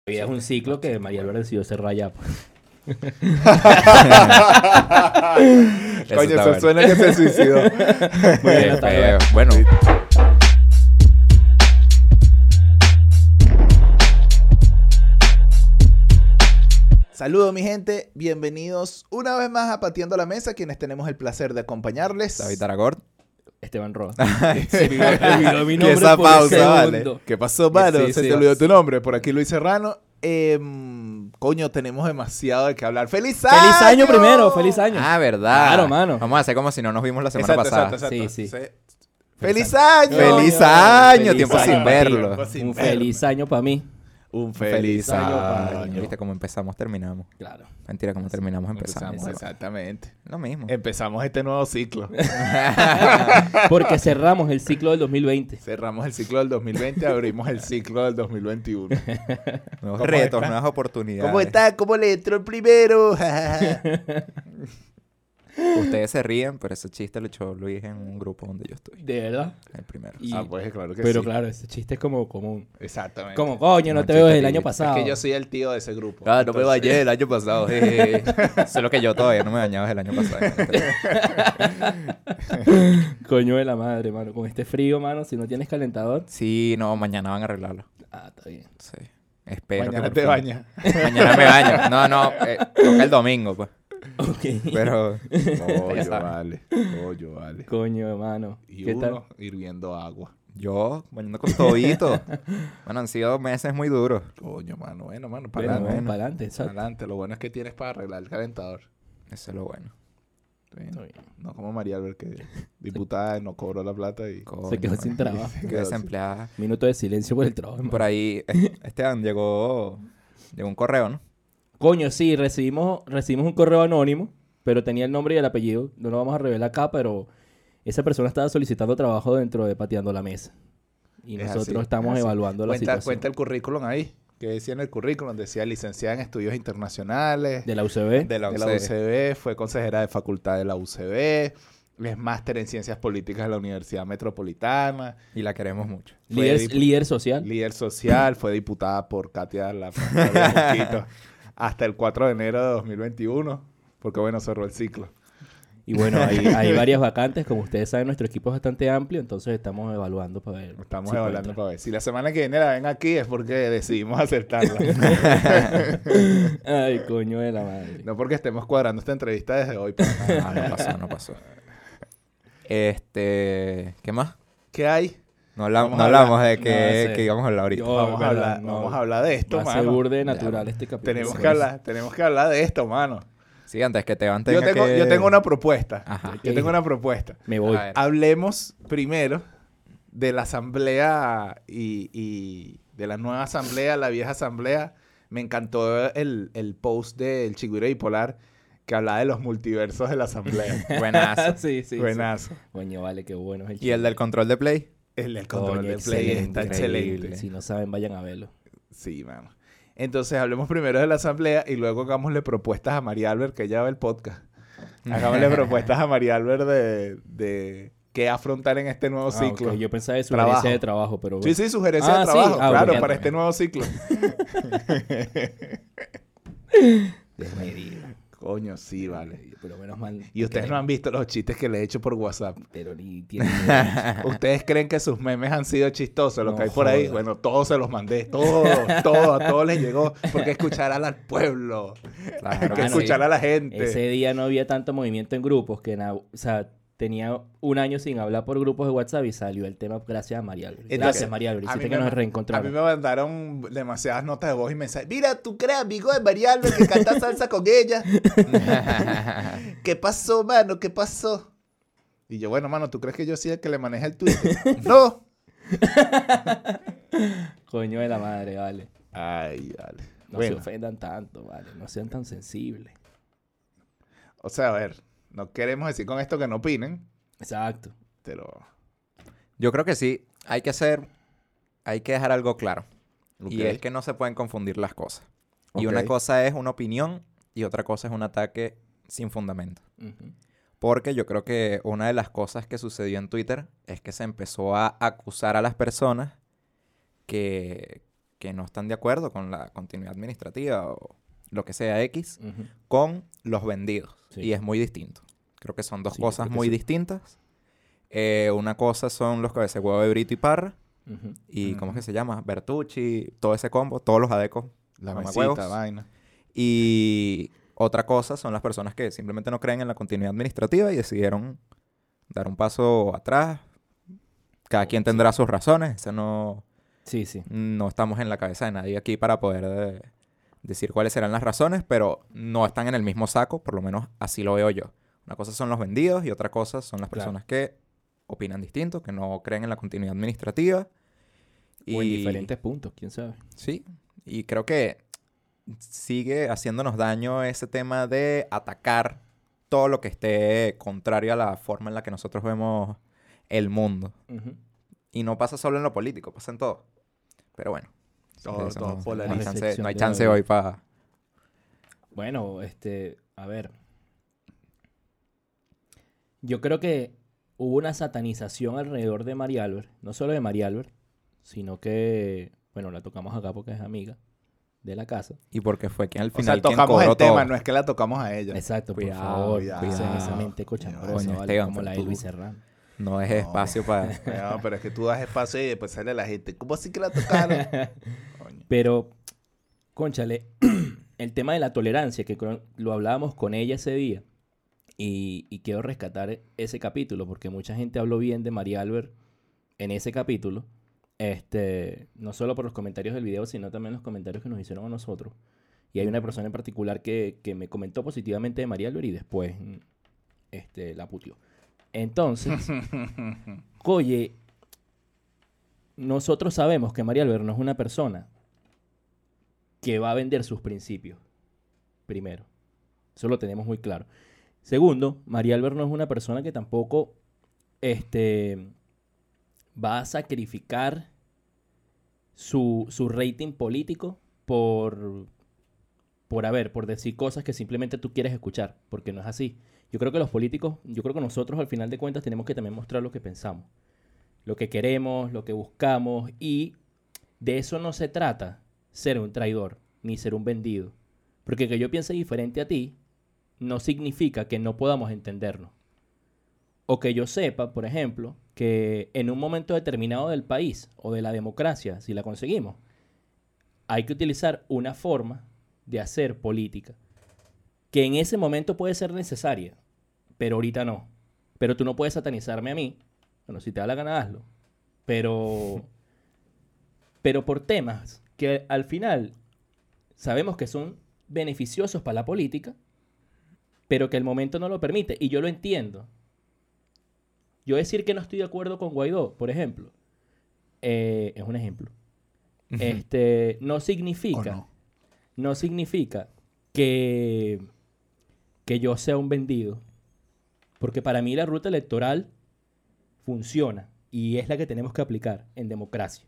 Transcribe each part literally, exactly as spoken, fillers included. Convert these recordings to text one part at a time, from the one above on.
vida es un ciclo que María Álvarez decidió cerrar ya. Coño, eso suena que se suicidó. Muy bien, hasta luego. Bueno. Saludos mi gente, bienvenidos una vez más a Pateando la Mesa, quienes tenemos el placer de acompañarles. David Aragón. Esteban Roa. Se me olvidó mi ¿Qué nombre esa por pausa, un vale? segundo. ¿Qué pasó, mano? Sí, Se sí, te olvidó sí. tu nombre. Por aquí Luis Serrano. Eh, coño, tenemos demasiado de qué hablar. ¡Feliz año! ¡Feliz año primero! ¡Feliz año! Ah, verdad. Claro, mano. Vamos a hacer como si no nos vimos la semana Exacto, pasada. exacto, exacto. Sí, sí. ¡Feliz año! ¡Feliz Coño, año! feliz Tiempo año. sin verlo. Tiempo sin Un verlo. feliz año para mí. Un feliz año. Viste, como empezamos, terminamos. Claro. Mentira, como terminamos, empezamos. Empezamos, exactamente. Lo mismo. Empezamos este nuevo ciclo. Porque cerramos el ciclo del dos mil veinte. Cerramos el ciclo del dos mil veinte, abrimos el ciclo del dos mil veintiuno. Nuevos ¿Cómo retos, está? nuevas oportunidades. ¿Cómo está? ¿Cómo le entró el primero? Ustedes se ríen, pero ese chiste lo echó Luis en un grupo donde yo estoy. De verdad. El primero. Y- Ah, pues claro que Pero sí. claro, ese chiste es como común. Exactamente. Como, coño, no Un te veo desde el chiste año típico. pasado. Es que yo soy el tío de ese grupo. Ah, no me Entonces- bañé el año pasado. jeje. Solo que yo todavía no me bañaba el año pasado. Coño de la madre, mano. Con este frío, mano, si no tienes calentador. Sí, no, mañana van a arreglarlo. Ah, está bien. Sí. Espero Mañana que te por fin. bañas. Mañana me baño. No, no, eh, toca el domingo, pues. Ok. Pero Coño, Ya sabes. vale. Coño, vale. Coño, mano. Y ¿Qué uno tal? hirviendo agua. yo, bañando con todito. Bueno, han sido meses muy duros. Coño, mano. Bueno, mano, para Bueno, adelante. vamos para adelante, Para exacto. adelante. Lo bueno es que tienes para arreglar el calentador. Eso es lo bueno. Sí. Está bien. No como María Albert, que diputada no cobró la plata y... Coño, Se quedó bueno. sin trabajo. Se Quedé quedó sin- desempleada. Minuto de silencio por el trabajo. hermano. Por ahí, eh, Esteban, llegó, llegó un correo, ¿no? Coño, sí, recibimos, recibimos un correo anónimo, pero tenía el nombre y el apellido. No lo vamos a revelar acá, pero esa persona estaba solicitando trabajo dentro de Pateando la Mesa. Y Es nosotros así, estamos es así. evaluando la Cuenta, situación. cuenta el currículum ahí. Que decía en el currículum. Decía licenciada en estudios internacionales. De la U C B. De la de la U C B, fue consejera de facultad de la U C B, es máster en ciencias políticas de la Universidad Metropolitana, Y la queremos mucho. fue Líder, dipu- líder social. líder social, fue diputada por Katia la Flavia Mosquito hasta el cuatro de enero de dos mil veintiuno, porque bueno, cerró el ciclo. Y bueno, hay, hay varias vacantes. Como ustedes saben, nuestro equipo es bastante amplio, entonces estamos evaluando para ver. Estamos si evaluando puede para ver. Si la semana que viene la ven aquí es porque decidimos acertarla. entrar. Ay, coño de la madre. No porque estemos cuadrando esta entrevista desde hoy. para nada. Ah, no pasó, no pasó. Este, ¿qué más? ¿Qué hay? No, habla- Vamos no a hablamos hablar- de que, no sé. que íbamos a hablar ahorita. Yo- vamos, a verdad, hablar, no. vamos a hablar de esto, Va a ser mano. burde natural este capítulo. Tenemos Sí. que hablar, tenemos que hablar de esto, mano. Sí, antes que te van Yo tengo, que... yo tengo una propuesta. Ajá. Yo tengo una propuesta. Me voy. A ver. Hablemos primero de la asamblea y, y de la nueva asamblea, la vieja asamblea. Me encantó el, el post del Chigüiro Bipolar que hablaba de los multiversos de la asamblea. Buenazo. sí, sí. Buenazo. Sí. Coño, vale, qué bueno es el ¿Y el del control de play? El del control Coño, de play está excelente, excelente. Si no saben, vayan a verlo. Sí, mano. Entonces hablemos primero de la asamblea y luego hagámosle propuestas a María Albert, que ella ve el podcast. Hagámosle propuestas a María Albert de, de qué afrontar en este nuevo Ah, ciflo. ok. Yo pensaba de Trabajo. sugerencia de trabajo, pero... Sí, sí, sugerencia Ah, de sí. trabajo, Ah, claro, bueno. para este nuevo ciclo. Desmedido. Coño, sí, vale. Pero menos mal. Y ustedes no han visto los chistes que le he hecho por WhatsApp. Pero ni tienen... ¿Ustedes creen que sus memes han sido chistosos, lo No que hay por ahí? jodas. Bueno, todos se los mandé, todos, todos, a todos les llegó. Porque escuchar al pueblo, Claro que Ah, no, escuchar a la gente. Ese día no había tanto movimiento en grupos que... na- O sea, tenía un año sin hablar por grupos de WhatsApp y salió el tema gracias a María Álvarez. Entonces, Gracias, María Álvarez. a mí Hiciste me que nos ma- A reencontramos. mí me mandaron demasiadas notas de voz y mensajes. Mira, tú crees, amigo de María Albert, que canta salsa con ella. ¿Qué pasó, mano? ¿Qué pasó? Y yo, bueno, mano, ¿tú crees que yo soy el que le maneja el Twitter? ¡No! Coño de la madre, vale. Ay, vale. No Bueno, se ofendan tanto, vale. No sean tan sensibles. o sea, a ver, no queremos decir con esto que no opinen, Exacto. pero... Yo creo que sí. Hay que hacer... Hay que dejar algo claro. Y Ok. es que no se pueden confundir las cosas. Y Ok. una cosa es una opinión y otra cosa es un ataque sin fundamento. Ujú. Porque yo creo que una de las cosas que sucedió en Twitter es que se empezó a acusar a las personas que, que no están de acuerdo con la continuidad administrativa o lo que sea X, Ujú. con los vendidos. Sí. Y es muy distinto. Creo que son dos Sí, yo cosas creo que muy sí. distintas. Eh, una cosa son los cabecehuevos de Brito y Parra. Ujú. Y, ¿cómo es que Ujú. se llama? Bertucci, todo ese combo, todos los adecos. La mamahuevos. mesita, vaina. Y otra cosa son las personas que simplemente no creen en la continuidad administrativa y decidieron dar un paso atrás. Cada quien tendrá sus razones. Eso no, Sí, sí. no estamos en la cabeza de nadie aquí para poder eh, decir cuáles serán las razones, pero no están en el mismo saco, por lo menos así lo veo yo. Una cosa son los vendidos y otra cosa son las Claro. personas que opinan distinto, que no creen en la continuidad administrativa. O en diferentes puntos, quién sabe. Sí, y creo que sigue haciéndonos daño ese tema de atacar todo lo que esté contrario a la forma en la que nosotros vemos el mundo. Ujú. Y no pasa solo en lo político, pasa en todo. Pero bueno. Todo- eso todo no, no hay polariza. chance, Reflexión no hay de chance la hoy vida. para... Bueno, este, a ver. Yo creo que hubo una satanización alrededor de María Albert, no solo de María Albert, sino que, bueno, la tocamos acá porque es amiga de la casa. Y porque fue quien al O final sea, quien tocamos cobró el tema, todo. no es que la tocamos a ella. Exacto, por Cuidado, favor. cuidado, Esa, esa cuidado. mente cochambrosa, Coño, ¿vale? Esteban, Como la de pero tú- Elvis Serrano. No es No. espacio para... No, pero es que tú das espacio y después sale la gente. ¿Cómo así que la tocaron? Coño. Pero, cónchale, el tema de la tolerancia, que cro- lo hablábamos con ella ese día, y, y quiero rescatar ese capítulo, porque mucha gente habló bien de María Albert en ese capítulo, este, no solo por los comentarios del video, sino también los comentarios que nos hicieron a nosotros. Y hay una persona en particular que, que me comentó positivamente de María Albert y después mm, este, la puteó. Entonces, oye, nosotros sabemos que María Albert no es una persona que va a vender sus principios. Primero. Eso lo tenemos muy claro. Segundo, María Albert no es una persona que tampoco este, va a sacrificar su, su rating político por, por, a ver, por decir cosas que simplemente tú quieres escuchar, porque no es así. Yo creo que los políticos, yo creo que nosotros al final de cuentas tenemos que también mostrar lo que pensamos, lo que queremos, lo que buscamos, y de eso no se trata ser un traidor, ni ser un vendido. Porque que yo piense diferente a ti no significa que no podamos entendernos. O que yo sepa, por ejemplo, que en un momento determinado del país o de la democracia, si la conseguimos, hay que utilizar una forma de hacer política que en ese momento puede ser necesaria, pero ahorita no. Pero tú no puedes satanizarme a mí. Bueno, si te da la gana, hazlo. Pero, pero por temas que al final sabemos que son beneficiosos para la política, pero que el momento no lo permite. Y yo lo entiendo. Yo decir que no estoy de acuerdo con Guaidó, por ejemplo, eh, es un ejemplo. Este, no significa, ¿O no? no significa que, que yo sea un vendido. Porque para mí la ruta electoral funciona y es la que tenemos que aplicar en democracia.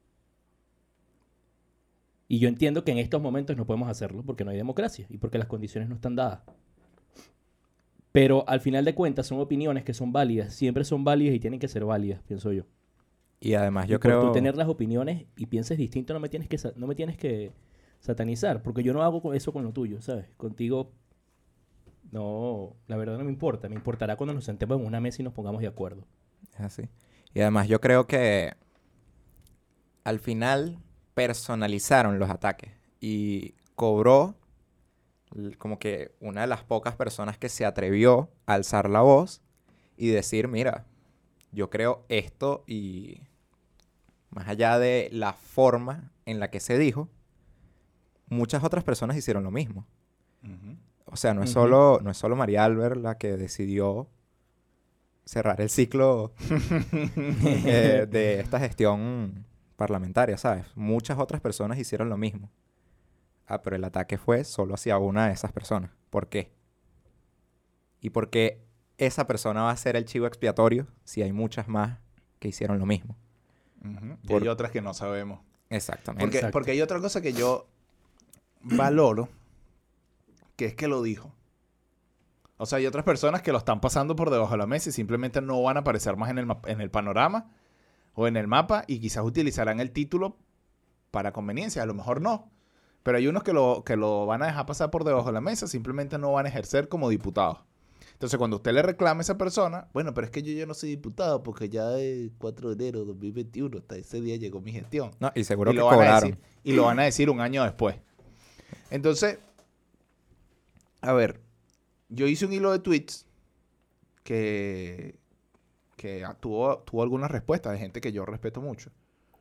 Y yo entiendo que en estos momentos no podemos hacerlo porque no hay democracia y porque las condiciones no están dadas. Pero al final de cuentas son opiniones que son válidas, siempre son válidas y tienen que ser válidas, pienso yo. Y además Y yo por creo... tú tener las opiniones y pienses distinto, no me tienes que, sa- no me tienes que satanizar, porque yo no hago con- eso con lo tuyo, ¿sabes? Contigo, no, la verdad no me importa. Me importará cuando nos sentemos en una mesa y nos pongamos de acuerdo. Es así. Y además yo creo que al final personalizaron los ataques y cobró l- como que una de las pocas personas que se atrevió a alzar la voz y decir, mira, yo creo esto, y más allá de la forma en la que se dijo, muchas otras personas hicieron lo mismo. Ujú. O sea, no es Ujú. solo, no es solo María Albert la que decidió cerrar el ciclo eh, de esta gestión parlamentaria, ¿sabes? Muchas otras personas hicieron lo mismo. Ah, pero el ataque fue solo hacia una de esas personas. ¿Por qué? ¿Y por qué esa persona va a ser el chivo expiatorio si hay muchas más que hicieron lo mismo? Ujú. Y Por- hay otras que no sabemos. Exactamente. Porque, Exacto. porque hay otra cosa que yo valoro, que es que lo dijo. O sea, hay otras personas que lo están pasando por debajo de la mesa y simplemente no van a aparecer más en el, ma- en el panorama o en el mapa y quizás utilizarán el título para conveniencia, a lo mejor no. Pero hay unos que lo, que lo van a dejar pasar por debajo de la mesa, simplemente no van a ejercer como diputados. Entonces, cuando usted le reclame a esa persona, bueno, pero es que yo ya no soy diputado porque ya el cuatro de enero de dos mil veintiuno, hasta ese día llegó mi gestión. No, y seguro y que lo van a cobraron. decir, y lo van a decir un año después. Entonces, a ver, yo hice un hilo de tweets que, que tuvo, tuvo algunas respuestas de gente que yo respeto mucho.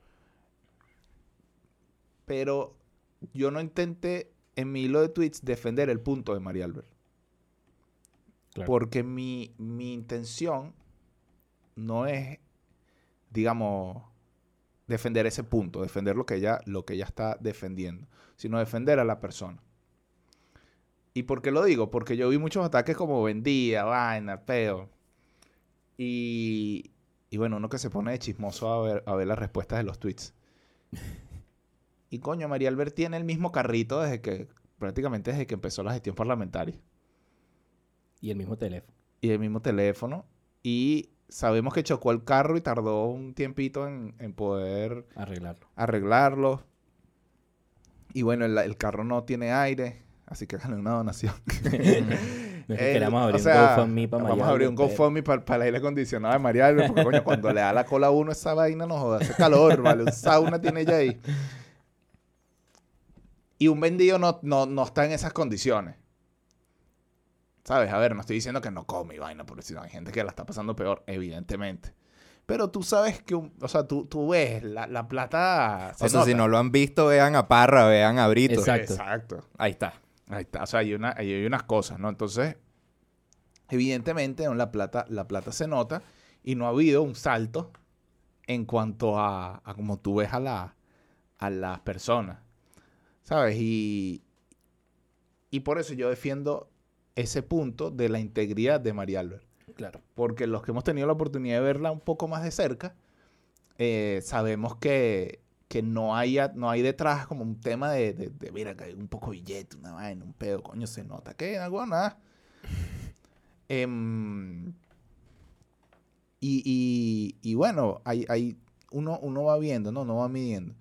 Pero yo no intenté en mi hilo de tweets defender el punto de María Albert. Claro. Porque mi, mi intención no es, digamos, defender ese punto, defender lo que ella, lo que ella está defendiendo, sino defender a la persona. ¿Y por qué lo digo? Porque yo vi muchos ataques como vendía, vaina, peo. Y, y bueno, uno que se pone de chismoso a ver, a ver las respuestas de los tweets. Y coño, María Albert tiene el mismo carrito desde que, prácticamente desde que empezó la gestión parlamentaria. Y el mismo teléfono. Y el mismo teléfono. Y sabemos que chocó el carro y tardó un tiempito en, en poder Arreglarlo. arreglarlo. Y bueno, el, el carro no tiene aire, así que háganle una donación. No es que El- queramos abrir o sea, un GoFundMe para Vamos a abrir un GoFundMe para, para el aire acondicionado de María Albert, porque coño, cuando le da la cola a uno esa vaina no joda, hace calor, ¿vale? Un sauna tiene ella ahí. Y un vendido no, no, no está en esas condiciones. ¿Sabes? A ver, no estoy diciendo que no come y vaina, porque si no hay gente que la está pasando peor, evidentemente. Pero tú sabes que, un- o sea, tú, tú ves, la, la plata se O sea, nota. si no lo han visto, vean a Parra, vean a Brito. Exacto. Exacto. Ahí está. Ahí está. O sea, hay, una, hay, hay unas cosas, ¿no? Entonces, evidentemente, ¿no? la, plata, la plata se nota y no ha habido un salto en cuanto a, a cómo tú ves a, la, a las personas, ¿sabes? Y, y por eso yo defiendo ese punto de la integridad de María Albert. Claro. Porque los que hemos tenido la oportunidad de verla un poco más de cerca, eh, sabemos que, que no, haya, no hay detrás como un tema de, de, de mira, que hay un poco de billete, una vaina, un pedo, coño, se nota que algo nada. Em, y, y, y bueno, hay, hay, uno, uno va viendo, ¿no? Uno va midiendo.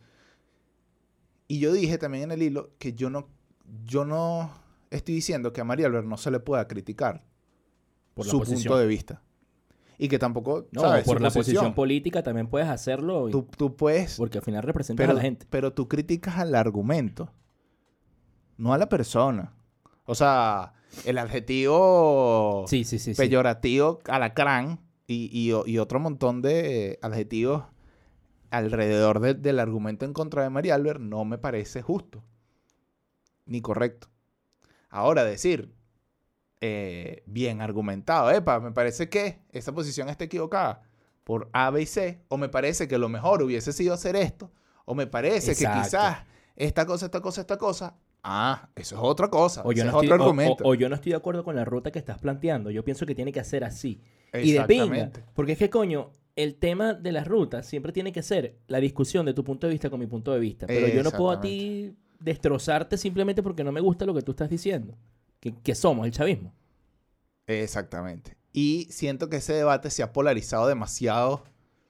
Y yo dije también en el hilo que yo no, yo no estoy diciendo que a María Albert no se le pueda criticar Por la su posición. punto de vista. Y que tampoco, No, ¿sabes? por Su la posición política también puedes hacerlo. y- Tú, tú puedes, porque al final representas pero, a la gente. pero tú criticas al argumento, no a la persona. O sea, el adjetivo Sí, sí, sí. sí. peyorativo, alacrán, y, y, y otro montón de adjetivos alrededor de- del argumento en contra de María Albert no me parece justo ni correcto. Ahora decir, eh, bien argumentado, epa, me parece que esa posición está equivocada por A, B y C, o me parece que lo mejor hubiese sido hacer esto, o me parece Exacto. que quizás esta cosa, esta cosa, esta cosa, ah, eso es otra cosa, O yo, ese no es estoy, otro o- argumento. o- o yo no estoy de acuerdo con la ruta que estás planteando. Yo pienso que tiene que ser así. Y de pinga. Exactamente. Porque es que, coño, el tema de las rutas siempre tiene que ser la discusión de tu punto de vista con mi punto de vista. Pero yo no puedo a ti destrozarte simplemente porque no me gusta lo que tú estás diciendo. Que, que somos el chavismo. Exactamente. Y siento que ese debate se ha polarizado demasiado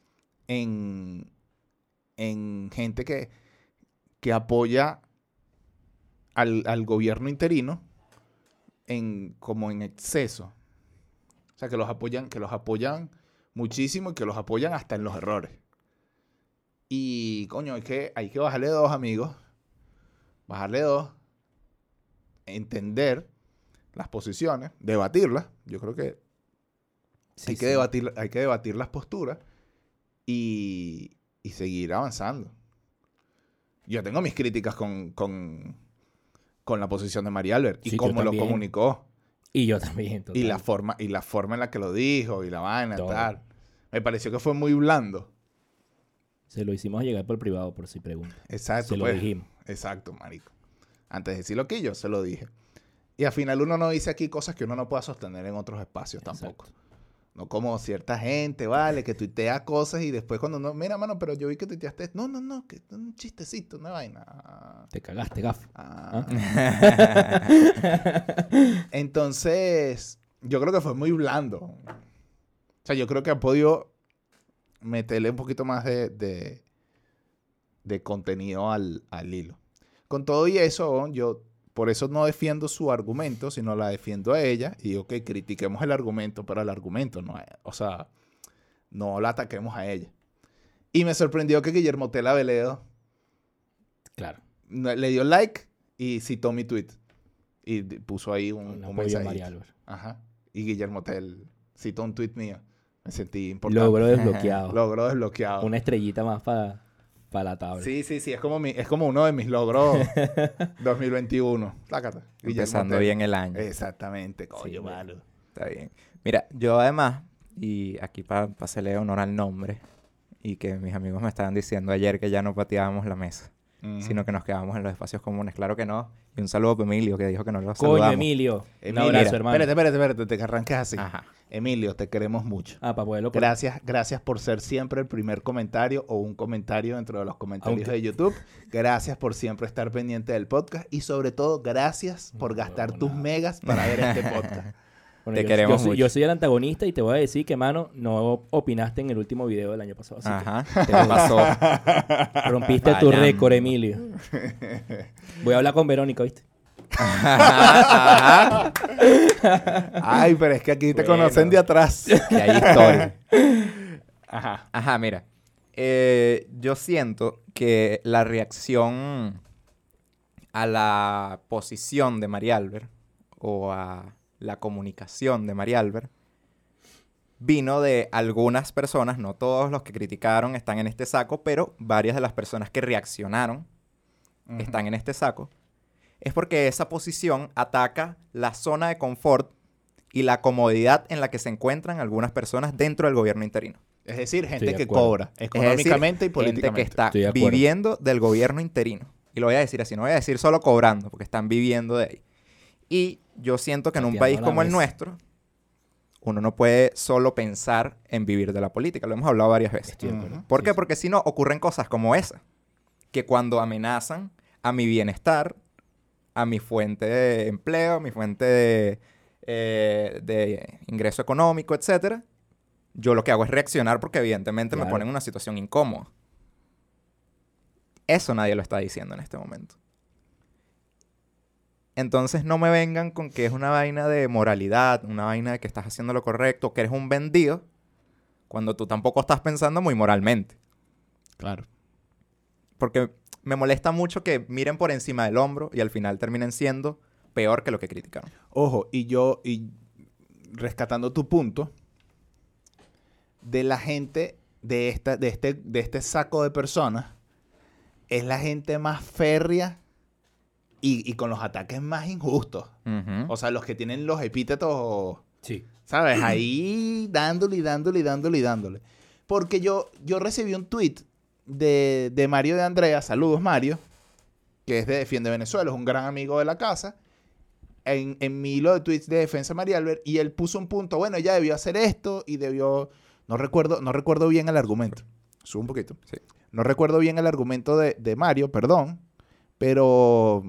en, en gente que, que apoya al, al gobierno interino en, como en exceso. O sea, que los apoyan, que los apoyan muchísimo y que los apoyan hasta en los errores. Y, coño, hay que, hay que bajarle dos, amigos. Bajarle dos. Entender las posiciones, debatirlas. Yo creo que Sí, hay, que sí. debatir, hay que debatir las posturas y, y seguir avanzando. Yo tengo mis críticas con, con, con la posición de María Albert y Sí, yo cómo lo también. comunicó Y yo también. y la, total. forma, y la forma en la que lo dijo y la vaina y Todo. tal. Me pareció que fue muy blando. Se lo hicimos llegar por privado, por si preguntan. Exacto. Se lo pues. dijimos. Exacto, marico. Antes de decirlo que yo se lo dije. Y al final uno no dice aquí cosas que uno no pueda sostener en otros espacios tampoco. Exacto. No como cierta gente, vale, que tuitea cosas y después cuando no, mira, mano, pero yo vi que tuiteaste esto. No, no, no, que es un chistecito, una vaina. Ah, Te cagaste, gafo. ah. Entonces, yo creo que fue muy blando. O sea, yo creo que ha podido meterle un poquito más de, de, de contenido al, al hilo. Con todo y eso, yo por eso no defiendo su argumento, sino la defiendo a ella. Y digo que critiquemos el argumento, pero el argumento no es, o sea, no la ataquemos a ella. Y me sorprendió que Guillermo Tell Aveledo Claro. no- le dio like y citó mi tweet. Y d- puso ahí un, Un un apoyo a mensajito. María Álvarez. Ajá. Y Guillermo Tell citó un tweet mío. Me sentí importante. Logro desbloqueado. Logro desbloqueado. Una estrellita más para la tabla. Sí, sí, sí. Es como, mi, es como uno de mis logros dos mil veintiuno. Tácata. Guillermo Empezando Tell. bien el año. Exactamente, coño, Sí, mano. Está bien. Mira, yo además, y aquí para hacerle honor al nombre, y que mis amigos me estaban diciendo ayer que ya no pateábamos la mesa, Ujú. sino que nos quedábamos en los espacios comunes. Claro que no. Y un saludo a Emilio, que dijo que no lo Coño, saludamos. Emilio. Emilio, Un abrazo, mira, hermano. Espérate, espérate, espérate. Te que arranques así. Ajá. Emilio, te queremos mucho. Ah, para poderlo... Gracias, gracias por ser siempre el primer comentario o un comentario dentro de los comentarios Aunque- de YouTube. Gracias por siempre estar pendiente del podcast y sobre todo gracias por No, gastar no, tus nada. megas para ver este podcast. Bueno, Te yo, queremos yo soy, mucho. yo soy el antagonista y te voy a decir que, mano, no opinaste en el último video del año pasado. Así Ajá. Te pasó. que rompiste tu Vaya. récord, Emilio. Voy a hablar con Verónica, ¿viste? Ajá. Ay, pero es que aquí te Bueno. conocen de atrás. Que hay historia. Ajá. Ajá, mira. Eh, yo siento que la reacción a la posición de María Albert o a la comunicación de María Albert vino de algunas personas, no todos los que criticaron están en este saco, pero varias de las personas que reaccionaron Ujú. están en este saco, es porque esa posición ataca la zona de confort y la comodidad en la que se encuentran algunas personas dentro del gobierno interino. Es decir, gente Estoy de que acuerdo. cobra Es económicamente decir, y políticamente. gente que está Estoy de acuerdo. viviendo del gobierno interino. Y lo voy a decir así, no voy a decir solo cobrando, porque están viviendo de ahí. Y yo siento que en un Pateando país la como el mesa. nuestro, uno no puede solo pensar en vivir de la política. Lo hemos hablado varias veces. Estoy de acuerdo. Ujú. ¿Por Sí, qué? sí. Porque si no, ocurren cosas como esa. Que cuando amenazan a mi bienestar, a mi fuente de empleo, a mi fuente de, eh, de ingreso económico, etcétera, yo lo que hago es reaccionar porque evidentemente me Claro. ponen en una situación incómoda. Eso nadie lo está diciendo en este momento. Entonces no me vengan con que es una vaina de moralidad, una vaina de que estás haciendo lo correcto, que eres un vendido, cuando tú tampoco estás pensando muy moralmente. Claro. Porque me molesta mucho que miren por encima del hombro y al final terminen siendo peor que lo que criticaron. Ojo, y yo, y rescatando tu punto, de la gente de, esta, de, este, de este saco de personas, es la gente más férrea y, y con los ataques más injustos. Ujú. O sea, los que tienen los epítetos, Sí. ¿sabes? Ahí dándole y dándole y dándole y dándole. Porque yo, yo recibí un tweet de, de Mario de Andrea, saludos Mario, que es de Defiende Venezuela, es un gran amigo de la casa, en, en mi hilo de tweets de Defensa María Albert, y él puso un punto, bueno, ella debió hacer esto y debió, no recuerdo, no recuerdo bien el argumento, subo un poquito, Sí. no recuerdo bien el argumento de, de Mario, perdón, pero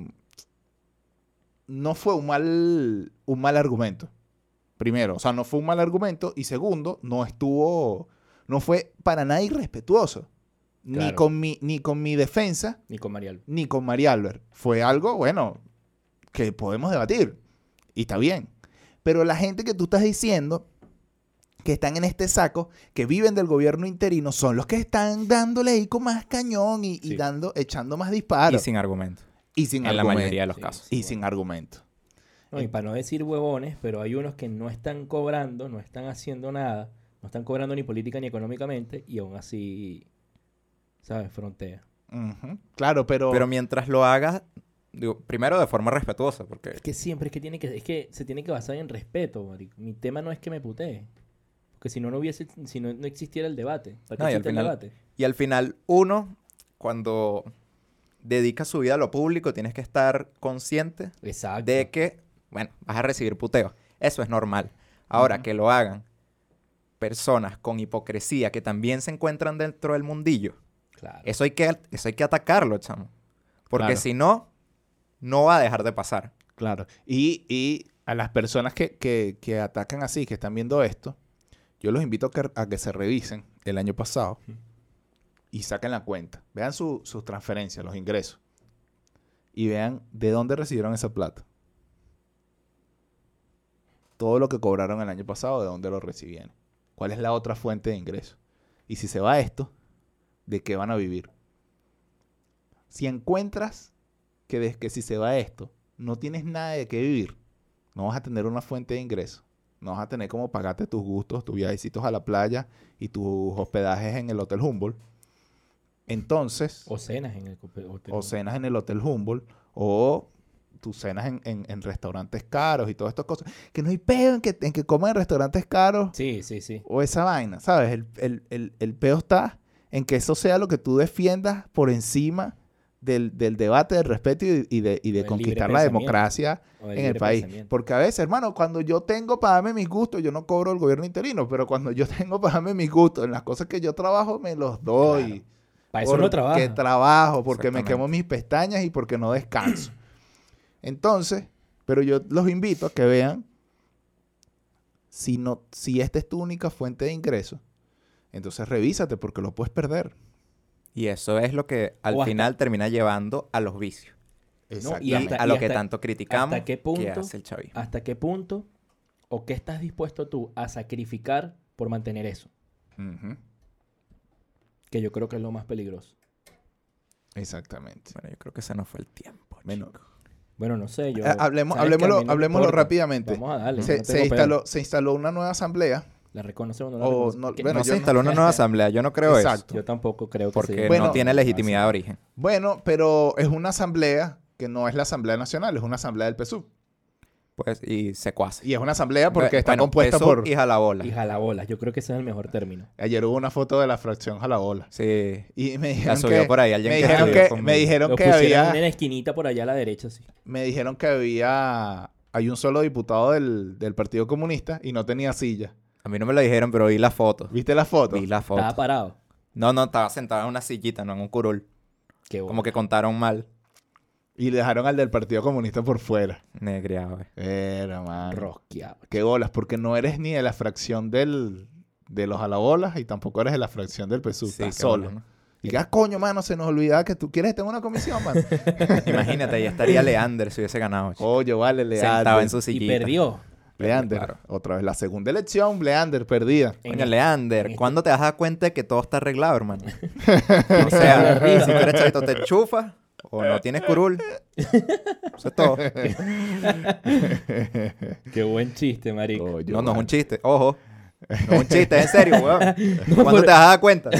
no fue un mal, un mal argumento. Primero, o sea, no fue un mal argumento. Y segundo, no estuvo, no fue para nada irrespetuoso. Ni, Claro. con mi, ni con mi defensa, Ni con Marial. ni con María Albert. Fue algo, bueno, que podemos debatir. Y está bien. Pero la gente que tú estás diciendo que están en este saco, que viven del gobierno interino, son los que están dándole ahí con más cañón y, y Sí. dando, echando más Y disparos. sin argumento. Y sin En la argumento. mayoría de los Sí. casos. Y sin argumento. No, y para no decir huevones, pero hay unos que no están cobrando, no están haciendo nada, no están cobrando ni política ni económicamente y aún así, ¿sabes? Frontea. Ujú. Claro, pero... Pero mientras lo hagas, digo, primero de forma respetuosa, porque Es que siempre es que tiene que, es que se tiene que basar en respeto, marico. Mi tema no es que me putee. Porque si no, no hubiese, si no, no existiera el debate. ¿Para qué No, y al existe el final- debate? Y al final, uno, cuando dedica su vida a lo público, tienes que estar consciente Exacto. de que, bueno, vas a recibir puteo. Eso es normal. Ahora, Ujú. que lo hagan personas con hipocresía que también se encuentran dentro del mundillo, Claro. eso hay que, eso hay que atacarlo, chamo. Porque Claro. si no, no va a dejar de pasar. Claro. Y, y a las personas que, que, que atacan así, que están viendo esto, yo los invito a que, a que se revisen el año pasado. y saquen la cuenta. Vean su- sus transferencias, los ingresos. Y vean de dónde recibieron esa plata. Todo lo que cobraron el año pasado, de dónde lo recibieron. ¿Cuál es la otra fuente de ingresos? Y si se va esto, ¿de qué van a vivir? Si encuentras que, de, que si se va esto, no tienes nada de qué vivir, no vas a tener una fuente de ingresos, no vas a tener cómo pagarte tus gustos, tus viajecitos a la playa y tus hospedajes en el Hotel Humboldt, entonces, O cenas en el cope- hotel. o cenas en el Hotel Humboldt, o tus cenas en, en- en restaurantes caros y todas estas cosas, que no hay peo en que, en que coman en restaurantes caros Sí, sí, sí. o esa vaina, ¿sabes? El, el, el, el peo está en que eso sea lo que tú defiendas por encima del, del debate, del respeto y, y de, y de O del conquistar libre la pensamiento. democracia O del en el libre país. pensamiento. Porque a veces, hermano, cuando yo tengo para darme mis gustos, yo no cobro el gobierno interino, pero cuando yo tengo para darme mis gustos en las cosas que yo trabajo, me los doy. Claro. Para eso no Porque trabaja. trabajo, porque me Exactamente. quemo mis pestañas y porque no descanso. Entonces, pero yo los invito a que vean si no, si esta es tu única fuente de ingresos, entonces revísate porque lo puedes perder. Y eso es lo que al O hasta- final termina llevando a los vicios. y Y hasta- a lo que hasta- tanto criticamos ¿hasta qué punto? que hace el chavismo. ¿Hasta qué punto o qué estás dispuesto tú a sacrificar por mantener eso? Ujú. Que yo creo que es lo más peligroso. Exactamente. Bueno, yo creo que ese no fue el tiempo. Bueno, chico. Bueno, no sé, yo... eh, hablemos, ¿sabes que a hablemoslo, mí no me hablemoslo importa? rápidamente. Vamos a darle. Se, no se tengo instaló, pedo. se instaló una nueva asamblea. ¿La reconoce o no la O reconoce? no- Porque bueno, no yo se instaló una no- nueva asamblea. Yo no creo Exacto. eso. yo tampoco creo que Porque se- Bueno, no tiene legitimidad de origen. Bueno, pero es una asamblea que no es la Asamblea Nacional, es una asamblea del P S U V. Pues, y secuaces. Y es una asamblea porque está Bueno, compuesta eso por... y jalabola. Y jalabolas. Yo creo que ese es el mejor término. Ayer hubo una foto de la fracción Jalabola. Sí. Y me La dijeron subió que... por ahí alguien me que dijeron estudió que, conmigo. me dijeron Lo que pusieron había... en la esquinita por allá a la derecha, sí. Me dijeron que había... Hay un solo diputado del, del Partido Comunista y no tenía silla. A mí no me lo dijeron, pero vi la foto. ¿Viste la foto? Vi la foto. Estaba parado. No, no, estaba sentado en una sillita, no en un curul. Qué Como que contaron mal. Y dejaron al del Partido Comunista por fuera. Negriado, eh. Era, man. rosqueado. Qué bolas, porque no eres ni de la fracción del, de los Jalabolas y tampoco eres de la fracción del P S U V. Sí, Estás qué solo. bueno, ¿no? Y que, ah, coño, mano, se nos olvidaba que tú quieres estar en una comisión, mano. Imagínate, ahí estaría Leander si hubiese ganado. chico. Oye, vale, Leander. Sentado en su Y sillita. perdió. Leander. Claro. Otra vez, la segunda elección, Leander, perdida. En Coño, el- Leander, en este- ¿cuándo te vas a dar cuenta de que todo está arreglado, hermano? O sea, si tú eres chavito, te enchufas o no tienes curul. Eso es todo. Qué buen chiste, marico. Oye, No, no es vale. un chiste. Ojo. No es un chiste, es en serio, weón. No, ¿Cuándo por- te vas a dar cuenta?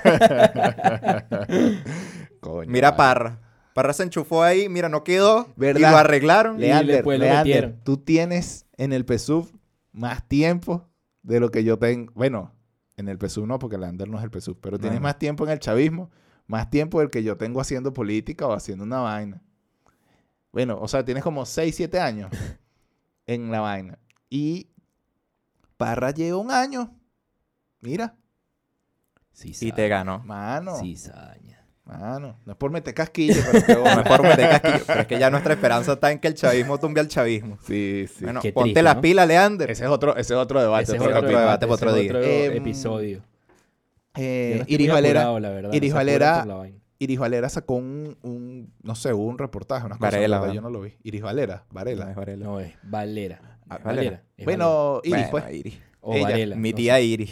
Coño, Mira vale. Parra. Parra se enchufó ahí, mira, no quedó. ¿Verdad? Y lo arreglaron. Le- Leander, después lo Leander, metieron. tú tienes en el P S U V más tiempo de lo que yo tengo. Bueno, en el P S U V no, porque Leander no es el P S U V, pero No, tienes no. más tiempo en el chavismo, más tiempo del que yo tengo haciendo política o haciendo una vaina. Bueno, o sea, tienes como seis, siete años en la vaina. Y Parra lleva un año. Mira, Sí, Y te ganó. mano, Cizaña. mano. No es por meter casquillo, pero qué No bola. es por meter casquillo, pero es que ya nuestra esperanza está en que el chavismo tumbe al chavismo. Sí, sí. Bueno, Qué ponte triste, las ¿no? pilas, Leander. Ese es otro, ese es otro debate. Ese es otro otro capítulo. debate para ese otro es día. otro Em, episodio. Eh, Yo no estoy Iris muy Valera, apurado, la verdad, Iris no se apuren Valera- por la vaina. Iris Valera sacó un, un, no sé, hubo un reportaje, unas cosas, Varela, ¿verdad? ¿no? Yo no lo vi. Iris Valera, Varela. No, es Varela. No, es Valera. Ah, Es Valera. Valera. es Valera. Bueno, Iris, Bueno, pues. Iris. O ella, Varela. Mi no tía sé. Iris.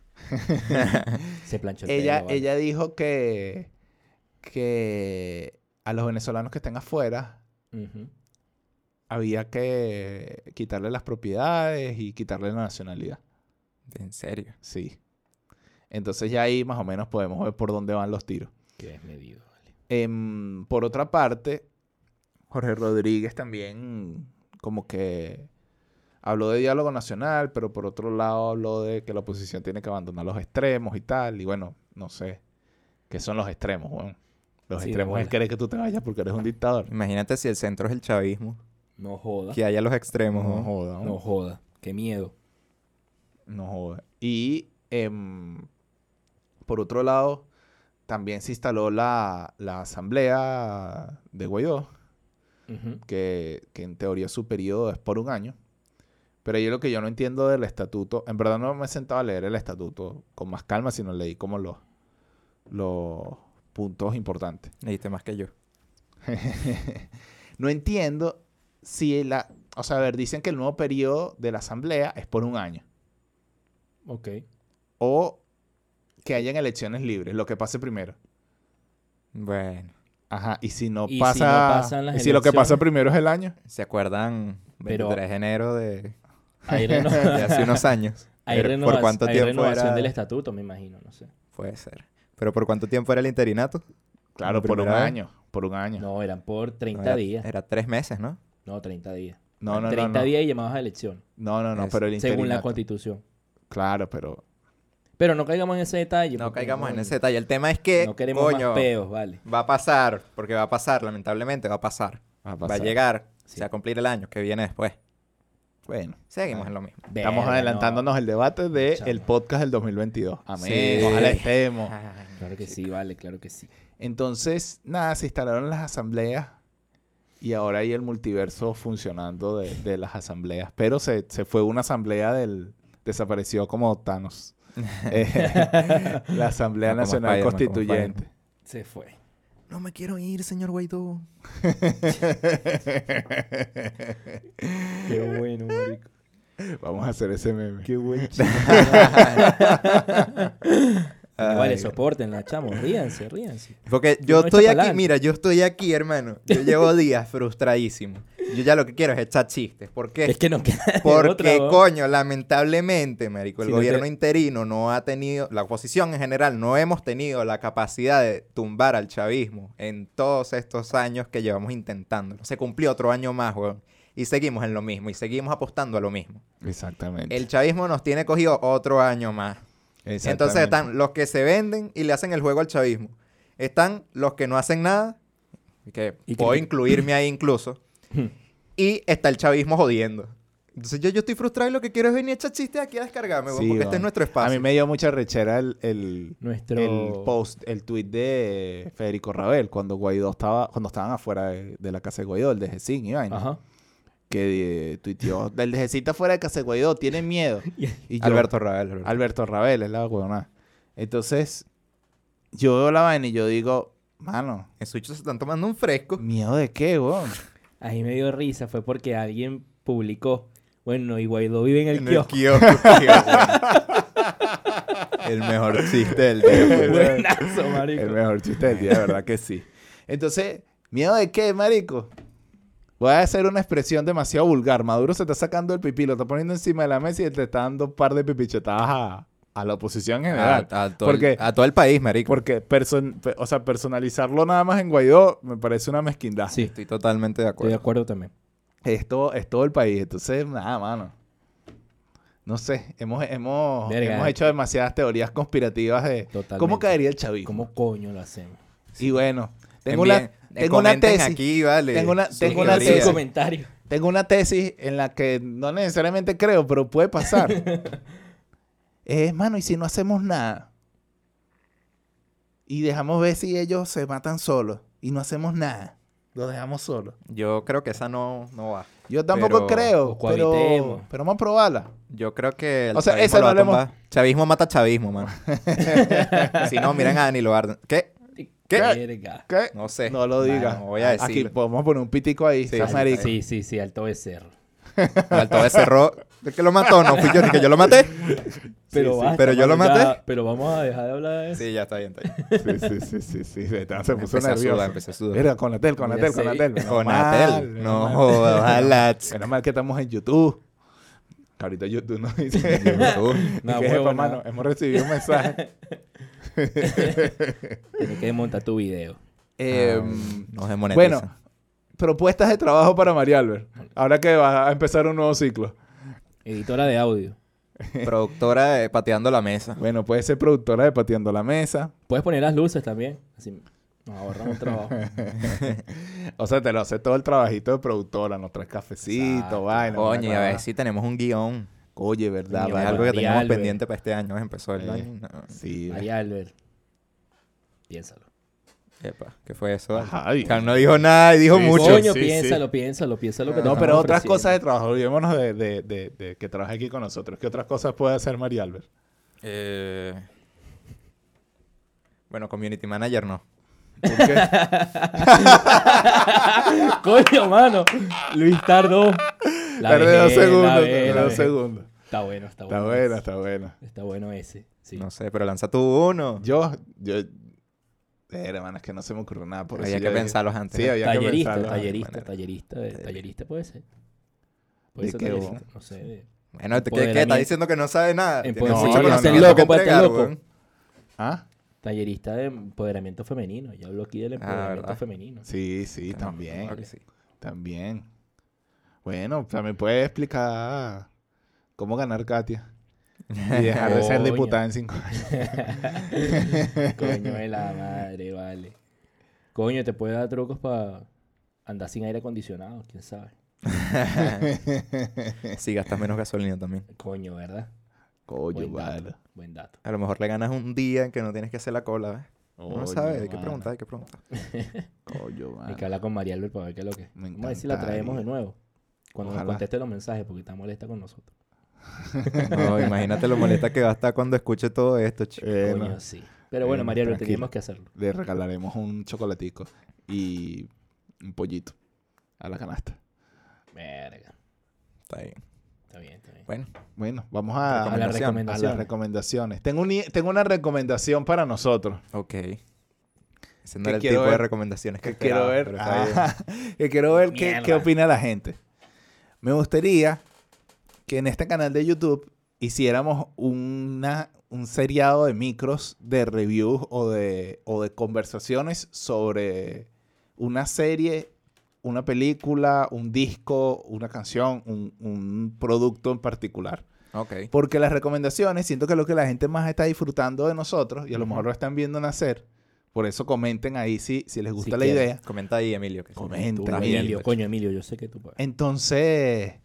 Se planchó el Ella, pelo, vale. ella dijo que, que a los venezolanos que estén afuera Ujú. había que quitarle las propiedades y quitarle la nacionalidad. En serio. Sí. Entonces ya ahí más o menos podemos ver por dónde van los tiros. Qué desmedido, vale. Em, por otra parte, Jorge Rodríguez también como que habló de diálogo nacional, pero por otro lado habló de que la oposición tiene que abandonar los extremos y tal. Y bueno, no sé qué son los extremos, weón. Los Sí, de extremos es bola. querer que tú te vayas porque eres un dictador. Imagínate si el centro es el chavismo. No joda. Que haya los extremos, No ¿no? joda, ¿no? No joda. Qué miedo. No joda. Y em, por otro lado, también se instaló la, la asamblea de Guaidó, Ujú. que, que en teoría su periodo es por un año. Pero yo lo que yo no entiendo del estatuto, en verdad no me he sentado a leer el estatuto con más calma, sino leí como los, los puntos importantes. Leíste más que yo. No entiendo si la... O sea, a ver, dicen que el nuevo periodo de la asamblea es por un año. Ok. O que hayan elecciones libres, lo que pase primero. Bueno, Ajá, y si no ¿Y si pasa... no pasan las y si lo que pasa elecciones? primero es el año. ¿se acuerdan Pero- veintitrés de enero de, Hay, de reno- hace unos años? hay, Pero, renova- ¿por cuánto hay tiempo renovación era? del estatuto, me imagino, no sé. Puede ser. ¿Pero por cuánto tiempo era el interinato? Claro, ¿La por un primera vez? año. Por un año. No, eran por No, treinta era, días. Era tres meses, ¿no? No, treinta días. No, no, no. treinta no. días y llamados a elección, No, no, no, Es- pero el según la interinato. Constitución. Claro, pero... Pero no caigamos en ese detalle. No porque, caigamos en coño, ese detalle. El tema es que, No queremos coño, más peos, vale. va a pasar, porque va a pasar, lamentablemente va a pasar. Va a Va a pasar. llegar, Sí. se va a cumplir el año que viene después. Bueno. Seguimos en lo mismo. Estamos Verga, adelantándonos no. el debate del Chamo. podcast del dos mil veintidós. Amén. Sí. Ojalá estemos. Claro que sí, vale, claro que sí. Entonces, nada, se instalaron las asambleas y ahora hay el multiverso funcionando de, de las asambleas. Pero se, se fue una asamblea del... Desapareció como Thanos. Eh, la Asamblea No, como Nacional Spider-Man, como Constituyente. Se fue. No me quiero ir, señor Guaidó. Qué bueno, marico. Vamos a hacer ese meme. Qué buen Ay, Vale, soportenla, chamos. Ríanse, ríanse. Porque Uno yo echa estoy aquí, pa'lante. mira, yo estoy aquí, hermano. Yo llevo días frustradísimo. Yo ya lo que quiero es echar chistes. ¿Por qué? Es que no queda de Porque, otra, ¿no? coño, lamentablemente, marico, el Si no gobierno te- interino no ha tenido, la oposición en general, no hemos tenido la capacidad de tumbar al chavismo en todos estos años que llevamos intentándolo. Se cumplió otro año más, weón. Y seguimos en lo mismo, y seguimos apostando a lo mismo. Exactamente. El chavismo nos tiene cogido otro año más. Entonces Exactamente. están los que se venden y le hacen el juego al chavismo. Están los que no hacen nada, que Y que- puedo incluirme ahí incluso. Y está el chavismo jodiendo. Entonces yo, yo estoy frustrado y lo que quiero es venir a echar chistes aquí a descargarme, weón, Sí, porque este weón. es nuestro A espacio. mí me dio mucha rechera el, el, Nuestro... el post, el tweet de Federico Rabel cuando Guaidó estaba, cuando estaban afuera de, de la casa de Guaidó, el de Jecín y vaina. Ajá. Que eh, tuiteó, el de Jecín está fuera de casa de Guaidó, tiene miedo. Y yo- Alberto Rabel. Alberto. Alberto Rabel, es la huevona. Entonces, yo veo la vaina y yo digo, mano, Esos bichos se están tomando un fresco. ¿miedo de qué, weón? Ahí me dio risa, fue porque alguien publicó, bueno, y Guaidó vive en el En kiosco. kiosco, tío, weón. El mejor chiste del día. weón. Buenazo, marico. El mejor chiste del día, de verdad que sí. Entonces, ¿miedo de qué, marico? Voy a hacer una expresión demasiado vulgar. Maduro se está sacando el pipí, lo está poniendo encima de la mesa y te está dando un par de pipichetadas a, a la oposición en general. A, a todo Porque- el, a todo el país, marico. Porque person- pe- o sea, personalizarlo nada más en Guaidó me parece una mezquindad. Sí, Estoy totalmente de estoy de acuerdo. acuerdo también. Es todo, es todo el país. Entonces, nada, mano. No sé, hemos, hemos, Verga. hemos hecho demasiadas teorías conspirativas de Totalmente. cómo caería el chavismo. ¿Cómo coño lo hacemos? Y bueno, tengo Envíen- una, eh, tengo una comenten tesis. aquí, vale. Tengo una- sus tengo una Sin teorías. tesis. comentario. Tengo una tesis en la que no necesariamente creo, pero puede pasar. Es, mano, ¿y si no hacemos nada? Y dejamos ver si ellos se matan solos. Y no hacemos nada. Los dejamos solos. Yo creo que esa no, no va. Yo tampoco Pero- creo, o pero, cohabitemos. pero vamos a probarla. Yo creo que el O sea, chavismo esa lo no va a la hemos- tumbar. Chavismo mata chavismo, mano. Si no, miren a Danilo Arden. ¿Qué? ¿Qué? Verga. ¿Qué? No sé. No lo digas. Bueno, voy a Aquí decirlo. podemos poner un pitico ahí. Sí, seas sí, marico. Sí, sí, sí, alto becerro. Alto de cerró. ¿De que lo mató? No fui yo, ni que yo lo maté. Pero, sí, basta, pero yo lo mano, ya- maté. Pero vamos a dejar de hablar de eso. Sí, ya está bien, está bien. Sí, sí, sí, sí, sí. Se puso Empecé a sudar, nervioso. empecé a sudar. Mira, con la tel, con la Mira, tel, con la sí. tel. Menos Con mal, Atel. menos No, mal. ojalá. Menos mal que estamos en YouTube. Que ahorita YouTube nos dice. No, ¿Qué huevo, jefa, no. mano? Hemos recibido un mensaje. Tienes que desmontar tu video. Eh, Nos demonetizan. bueno, propuestas de trabajo para María Albert. Ahora que va a empezar un nuevo ciclo. Editora de audio. Productora de Pateando la Mesa. Bueno, puede ser productora de Pateando la Mesa. Puedes poner las luces también. Así nos ahorramos trabajo. O sea, te lo hace todo el trabajito de productora. Nos traes cafecito, Exacto. vaina. Coño, y a una ver si tenemos un guión. Oye, ¿verdad? Coño, Es vale. algo que María tenemos Albert. pendiente para este año. Empezó el Eh, año. No. Sí. María Albert. Piénsalo. Epa, ¿qué fue eso? vale? Ajá, y- Carl no dijo nada y dijo Sí, mucho. Coño, sí, piénsalo, piénsalo, piénsalo. Que te No, estamos pero otras ofreciendo. cosas de trabajo. Olvidémonos de, de, de, de que trabaje aquí con nosotros. ¿Qué otras cosas puede hacer María Albert? Eh, Bueno, community manager no. ¿Por qué? Coño, mano. Luis tardó. La Tardé dos vejez, la segundos. vejez, Tardé la dos vejez. segundos. Está bueno, está bueno. Está buena, ese. está buena. Está bueno ese. Sí. No sé, pero lanza tú uno. Yo, yo... Eh, hermano, es que no se me ocurrió nada por Había eso. que yo- pensarlos antes. Sí, ¿no? había que Tallerista, pensarlo. tallerista, manera. tallerista, de- tallerista puede ser. Puede ¿De ser qué, tallerista, bo? no sé. de- Bueno, ¿qué, ¿qué? Empoderamiento. ¿Estás diciendo que no sabe nada? En Tienes poder- mucho no, no, conocimiento no. que Loco, ponte entregar, loco. weón. ¿Ah? Tallerista de empoderamiento femenino. Ya hablo aquí del empoderamiento ¿verdad? femenino. Sí, sí, Claro, también. claro que sí. También. Bueno, también puede explicar cómo ganar Katia. Y dejar de ser Coño. diputada en cinco años. Coño de la madre, vale. Coño, te puede dar trucos para andar sin aire acondicionado, quién sabe. Sí, gastas menos gasolina también. Coño, ¿verdad? Coño, Buen vale. dato. Buen dato. A lo mejor le ganas un día en que no tienes que hacer la cola, ¿ves? No Coño, sabes, hay que mano. preguntar, hay que preguntar. Coño, Hay mano. que hablar con María Albert para ver qué es lo que es. Me Vamos a ver si la traemos de encantaría. nuevo. Cuando Ojalá. nos conteste los mensajes, porque está molesta con nosotros. No, imagínate lo molesta que va a estar cuando escuche todo esto, chico. Eh, Coño, no. sí. Pero bueno, Eh, María Albert, tranquilo. teníamos que hacerlo. Le regalaremos un chocolatico y un pollito a la canasta. Verga. Está bien. Está bien, está bien. Bueno, Bueno, vamos a, A las a recomendaciones. las recomendaciones. Tengo, un, i- tengo una recomendación para nosotros. ok. Ese no Que era el quiero tipo de ver- recomendaciones que, Que quiero esperaba, ver, pero está bien. ah, que quiero ver qué, Mierda. qué opina la gente. Me gustaría que en este canal de YouTube hiciéramos una, un seriado de micros de reviews o de, o de conversaciones sobre una serie, una película, un disco, una canción, un, un producto en particular. Ok. Porque las recomendaciones, siento que es lo que la gente más está disfrutando de nosotros y a lo Ujú. mejor lo están viendo nacer. Por eso comenten ahí si, si les gusta Si la quieren. idea. Comenta ahí, Emilio. Que sí. Comenta, Tú estás Emilio. Emilio, viendo, coño, Emilio, yo sé que tú puedes. Entonces,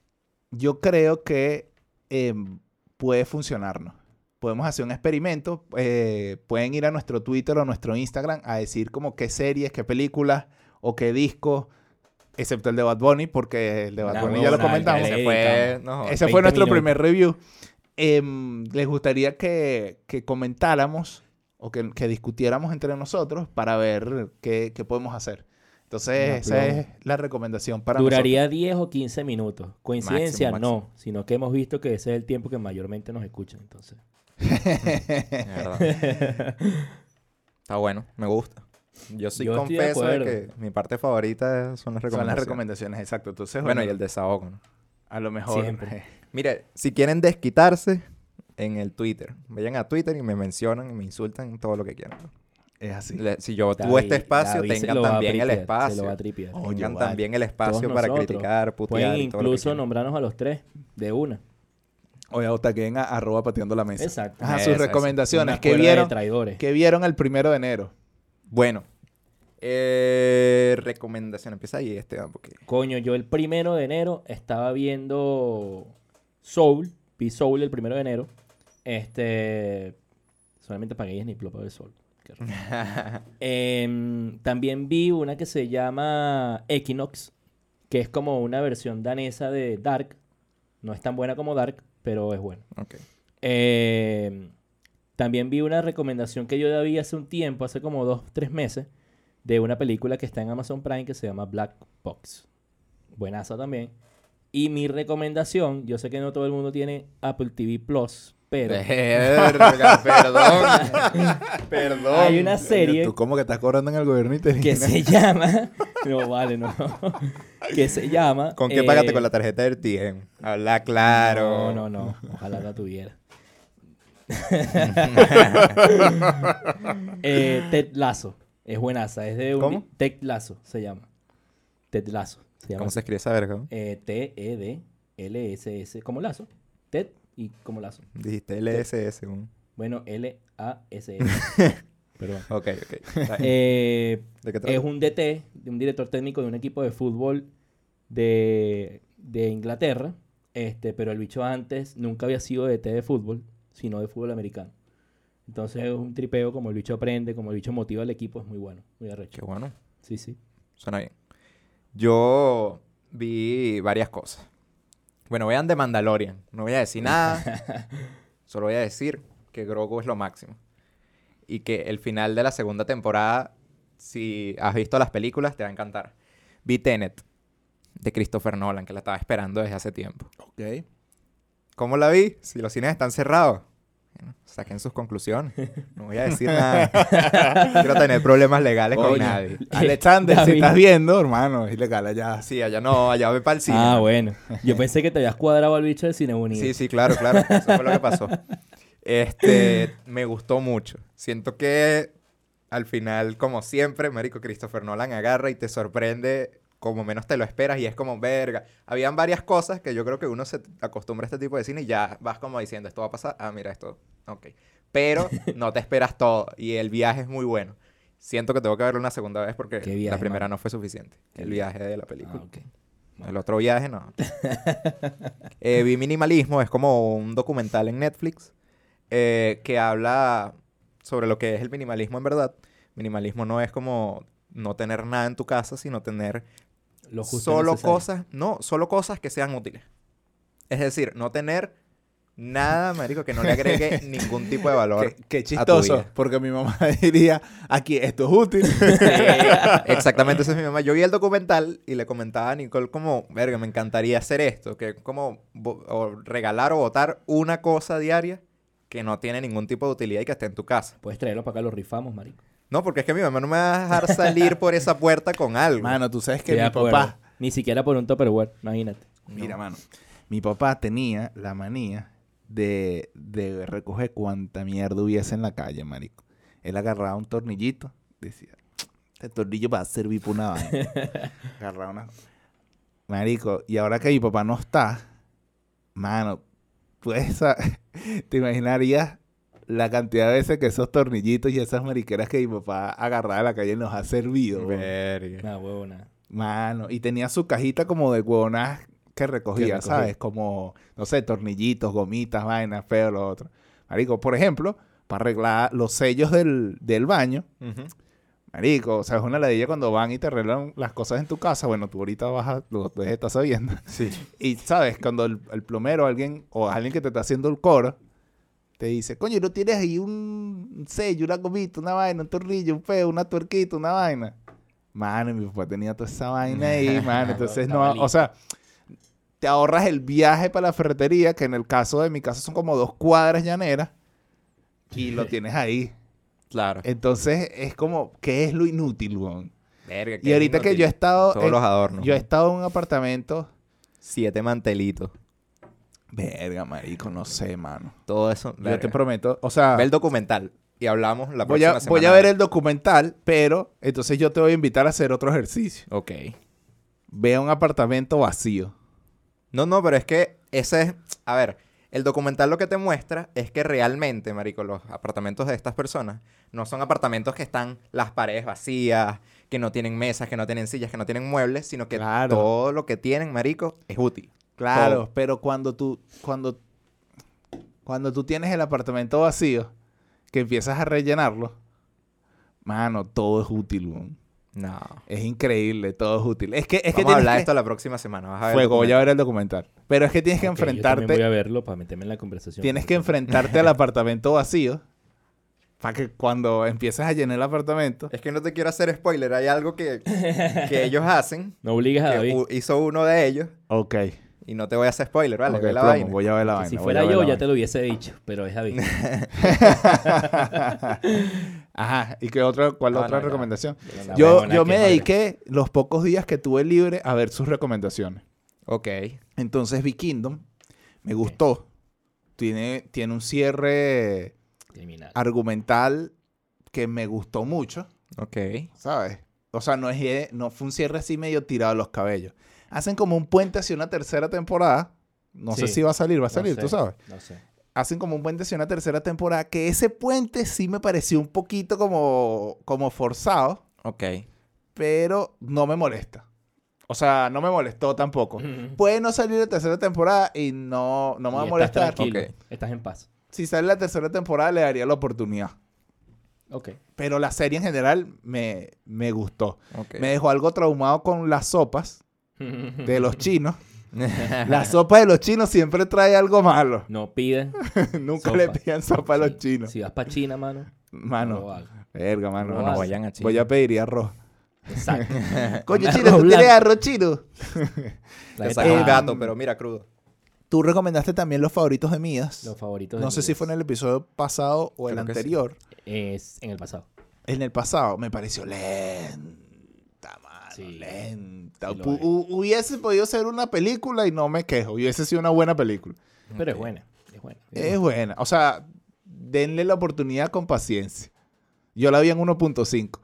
yo creo que eh, puede funcionarnos. Podemos hacer un experimento. eh, pueden ir a nuestro Twitter o nuestro Instagram a decir como qué series, qué películas o qué discos, excepto el de Bad Bunny, porque el de Bad Nah, Bunny no, ya lo nah, comentamos. ya Ese le fue... dedicamos. No, Ese veinte fue nuestro minutos. primer review. Em, les gustaría que, que comentáramos o que, que discutiéramos entre nosotros para ver qué, qué podemos hacer. Entonces, Una esa plomo. es la recomendación para Duraría diez o quince minutos. Coincidencia, Máximo, no. Sino que hemos visto que ese es el tiempo que mayormente nos escuchan. Entonces. de verdad. Está bueno, me gusta. Yo sí Yo estoy de confieso de acuerdo. que mi parte favorita son las recomendaciones. Son las recomendaciones, exacto. Entonces, Bueno, bueno, y el desahogo, ¿no? a lo mejor... Siempre. Mire, si quieren desquitarse en el Twitter, vayan a Twitter y me mencionan y me insultan todo lo que quieran. ¿no? Es así. Le- si yo tuve este David- espacio, David se tengan lo va a también el tripear, espacio. Se lo va a tripear. Oh, Tengan vale. también el espacio Todos para nosotros. criticar, putear Pueden y todo lo que incluso quieran. nombrarnos a los tres de una. Oye, o taguen a arroba pateando la mesa. Exacto. Ajá, Eso, sus eso. recomendaciones. Una ¿Qué cuerda de vieron, traidores. ¿Qué vieron el primero de enero? Bueno, eh, recomendación. Empieza ahí, Esteban, porque... Coño, yo el primero de enero estaba viendo Soul. Vi Soul el primero de enero. Este. Solamente pagué Disney Plus para ver Soul. Qué raro. Em, también vi una que se llama Equinox, que es como una versión danesa de Dark. No es tan buena como Dark, pero es buena. Ok. Em, también vi una recomendación que yo ya vi hace un tiempo, hace como dos, tres meses, de una película que está en Amazon Prime que se llama Black Box. Buenaza también. Y mi recomendación, yo sé que no todo el mundo tiene Apple T V Plus, pero Verga, perdón. Perdón. hay una serie ¿Tú cómo que estás cobrando en el gobierno interino? que se llama... No, vale, no. Que se llama... ¿Con qué eh, pagaste? Con la tarjeta del T M. Habla claro. No, no, no. Ojalá la tuviera. eh, Ted Lasso. Es buenaza. Es de un... ¿Cómo? Ted Lasso se llama. Ted Lasso. Se llama ¿Cómo así. se escribe esa verga? Eh, T E D L S S. Como lazo. Ted y como lazo. Dijiste L S S. ¿no? Bueno, L A S S. Perdón. Ok, ok. Está bien. Eh, ¿De qué trata? es un D T, de un director técnico de un equipo de fútbol de, de Inglaterra. Este, pero el bicho antes nunca había sido D T de fútbol, sino de fútbol americano. Entonces es un tripeo, como el bicho aprende, como el bicho motiva al equipo, es muy bueno, muy arrecho. Qué bueno. Sí, sí. Suena bien. Yo vi varias cosas. Bueno, vean The Mandalorian. No voy a decir nada. Solo voy a decir que Grogu es lo máximo. y que el final de la segunda temporada, si has visto las películas, te va a encantar. Vi Tenet, de Christopher Nolan, que la estaba esperando desde hace tiempo. Ok. ¿Cómo la vi? Si los cines están cerrados. Bueno, saquen sus conclusiones. No voy a decir nada. No quiero tener problemas legales con Oye, nadie. Alexander, si David. estás viendo, hermano, es ilegal allá. Sí, allá no, allá voy para el cine. Ah, bueno. Yo pensé que te habías cuadrado al bicho de Cine Unido. Sí, sí, claro, claro. Eso fue lo que pasó. Este, me gustó mucho. Siento que al final, como siempre, marico, Christopher Nolan agarra y te sorprende como menos te lo esperas y es como, verga. Habían varias cosas que yo creo que uno se acostumbra a este tipo de cine y ya vas como diciendo, esto va a pasar. Ah, mira, esto, ok. Pero no te esperas todo y el viaje es muy bueno. Siento que tengo que verlo una segunda vez porque ¿Qué viaje, la primera mano? no fue suficiente. ¿Qué El viaje de la película. Ah, ok. El otro viaje no. eh, vi Minimalismo, es como un documental en Netflix eh, que habla sobre lo que es el minimalismo en verdad. Minimalismo no es como no tener nada en tu casa, sino tener Lo justo y solo necesario. cosas, no, solo cosas que sean útiles. Es decir, no tener nada, marico, que no le agregue ningún tipo de valor. Qué, qué a tu chistoso, vida. porque mi mamá diría, aquí, esto es útil. Sí, exactamente, eso es mi mamá. Yo vi el documental y le comentaba a Nicole como, verga, me encantaría hacer esto, que como bo- o regalar o botar una cosa diaria que no tiene ningún tipo de utilidad y que esté en tu casa. Puedes traerlo para acá, lo rifamos, marico. No, porque es que mi mamá no me va a dejar salir por esa puerta con algo. Mano, tú sabes que Estoy de mi acuerdo. papá, Ni siquiera por un Tupperware, imagínate. mira, mano, mi papá tenía la manía de, de recoger cuanta mierda hubiese en la calle, marico. Él agarraba un tornillito, decía, este tornillo va a servir para una vaina. Agarraba una... Marico, y ahora que mi papá no está, mano, pues, a- te imaginarías la cantidad de veces que esos tornillitos y esas mariqueras que mi papá agarraba en la calle nos ha servido, weón. Verga. Nada, huevo, nada. Mano, y tenía su cajita como de huevonas que recogía, Que recogía. ¿sabes? Como, no sé, tornillitos, gomitas, vainas, feo, lo otro. Marico, por ejemplo, para arreglar los sellos del, del baño, Ujú. marico, o sea, es una ladilla cuando van y te arreglan las cosas en tu casa. Bueno, tú ahorita vas a, lo debes estar sabiendo. Sí. Y, ¿sabes? Cuando el, el plomero alguien, o alguien que te está haciendo el coro, te dice, coño, ¿no tienes ahí un sello, una gomita, una vaina, un tornillo, un feo, una tuerquita, una vaina? Mano, mi papá tenía toda esa vaina ahí, mano. Entonces, no, Estaba o sea, te ahorras el viaje para la ferretería, que en el caso de mi casa son como dos cuadras llaneras, y lo tienes ahí. Claro. Entonces, es como, ¿qué es lo inútil, weón? Verga, Y ahorita que yo he estado, Todos en- los adornos. yo he estado en un apartamento, Siete mantelitos. verga, marico, no sé, mano. Todo eso. Yo te verga. prometo, o sea, Ve el documental y hablamos la voy próxima a, semana. voy a ver el documental, pero entonces yo te voy a invitar a hacer otro ejercicio. Ok. Ve a un apartamento vacío. No, no, pero es que ese es... A ver, el documental lo que te muestra es que realmente, marico, los apartamentos de estas personas no son apartamentos que están las paredes vacías, que no tienen mesas, que no tienen sillas, que no tienen muebles, sino que Claro. todo lo que tienen, marico, es útil. Claro, Todo. pero cuando tú, cuando, cuando tú tienes el apartamento vacío, que empiezas a rellenarlo, mano, todo es útil, weón. No. Es increíble, todo es útil. Es que, es que Vamos a tienes hablar de que... esto la próxima semana. Vas a ver el Fuego, voy a documental. ver el documental. Pero es que tienes que Ok, yo también enfrentarte, voy a verlo para meterme en la conversación. tienes que enfrentarte al apartamento vacío, para que cuando empieces a llenar el apartamento, Es que no te quiero hacer spoiler. Hay algo que, que ellos hacen, No obligues a que David. u- hizo uno de ellos, ok, y no te voy a hacer spoiler, ¿vale? ok, Ve la plomo, vaina. voy a ver la Que vaina. si voy fuera a ver yo, la ya vaina. te lo hubiese dicho, pero es David. Ajá, ¿y qué otra, cuál No, otra no, ya. recomendación? La Yo, huevona yo que me madre. dediqué los pocos días que tuve libre a ver sus recomendaciones. Ok. Entonces vi Kingdom, me gustó. Tiene, tiene un cierre Criminal. argumental que me gustó mucho, Ok. ¿sabes? O sea, no, es, no fue un cierre así medio tirado a los cabellos. Hacen como un puente hacia una tercera temporada. No sé Sí. si va a salir, va a No salir, sé, tú sabes. No sé. Hacen como un puente hacia una tercera temporada, que ese puente sí me pareció un poquito como, como forzado, Ok. pero no me molesta. O sea, no me molestó tampoco. Puede no salir la tercera temporada y no, no me va a Y molestar. Estás tranquilo. Ok. Estás en paz. Si sale la tercera temporada, le daría la oportunidad. Ok. Pero la serie en general me, me gustó. Ok. Me dejó algo traumado con las sopas de los chinos. La sopa de los chinos siempre trae algo malo. No piden. Nunca Sopa. le pidan sopa a los Sí. chinos. Si vas para China, mano. Mano, No vale. verga, mano. No no, No vale. vayan a China. Voy a pedir arroz. Exacto. Coño, Arroz chino, ¿tú blanco. tienes arroz chino? La Esa gente- es un Eh, gato, pero mira, crudo. Tú recomendaste también los favoritos de Mías. Los favoritos de No sé Midas. si fue en el episodio pasado o el Creo que sí. anterior. Es en el pasado. En el pasado me pareció lenta, mano, Sí. lenta. Sí lo Pu- es. hu- hubiese podido ser una película y no me quejo. Hubiese sido una buena película. Pero Ok. es buena. Es buena. Es buena. O sea, denle la oportunidad con paciencia. Yo la vi en uno punto cinco.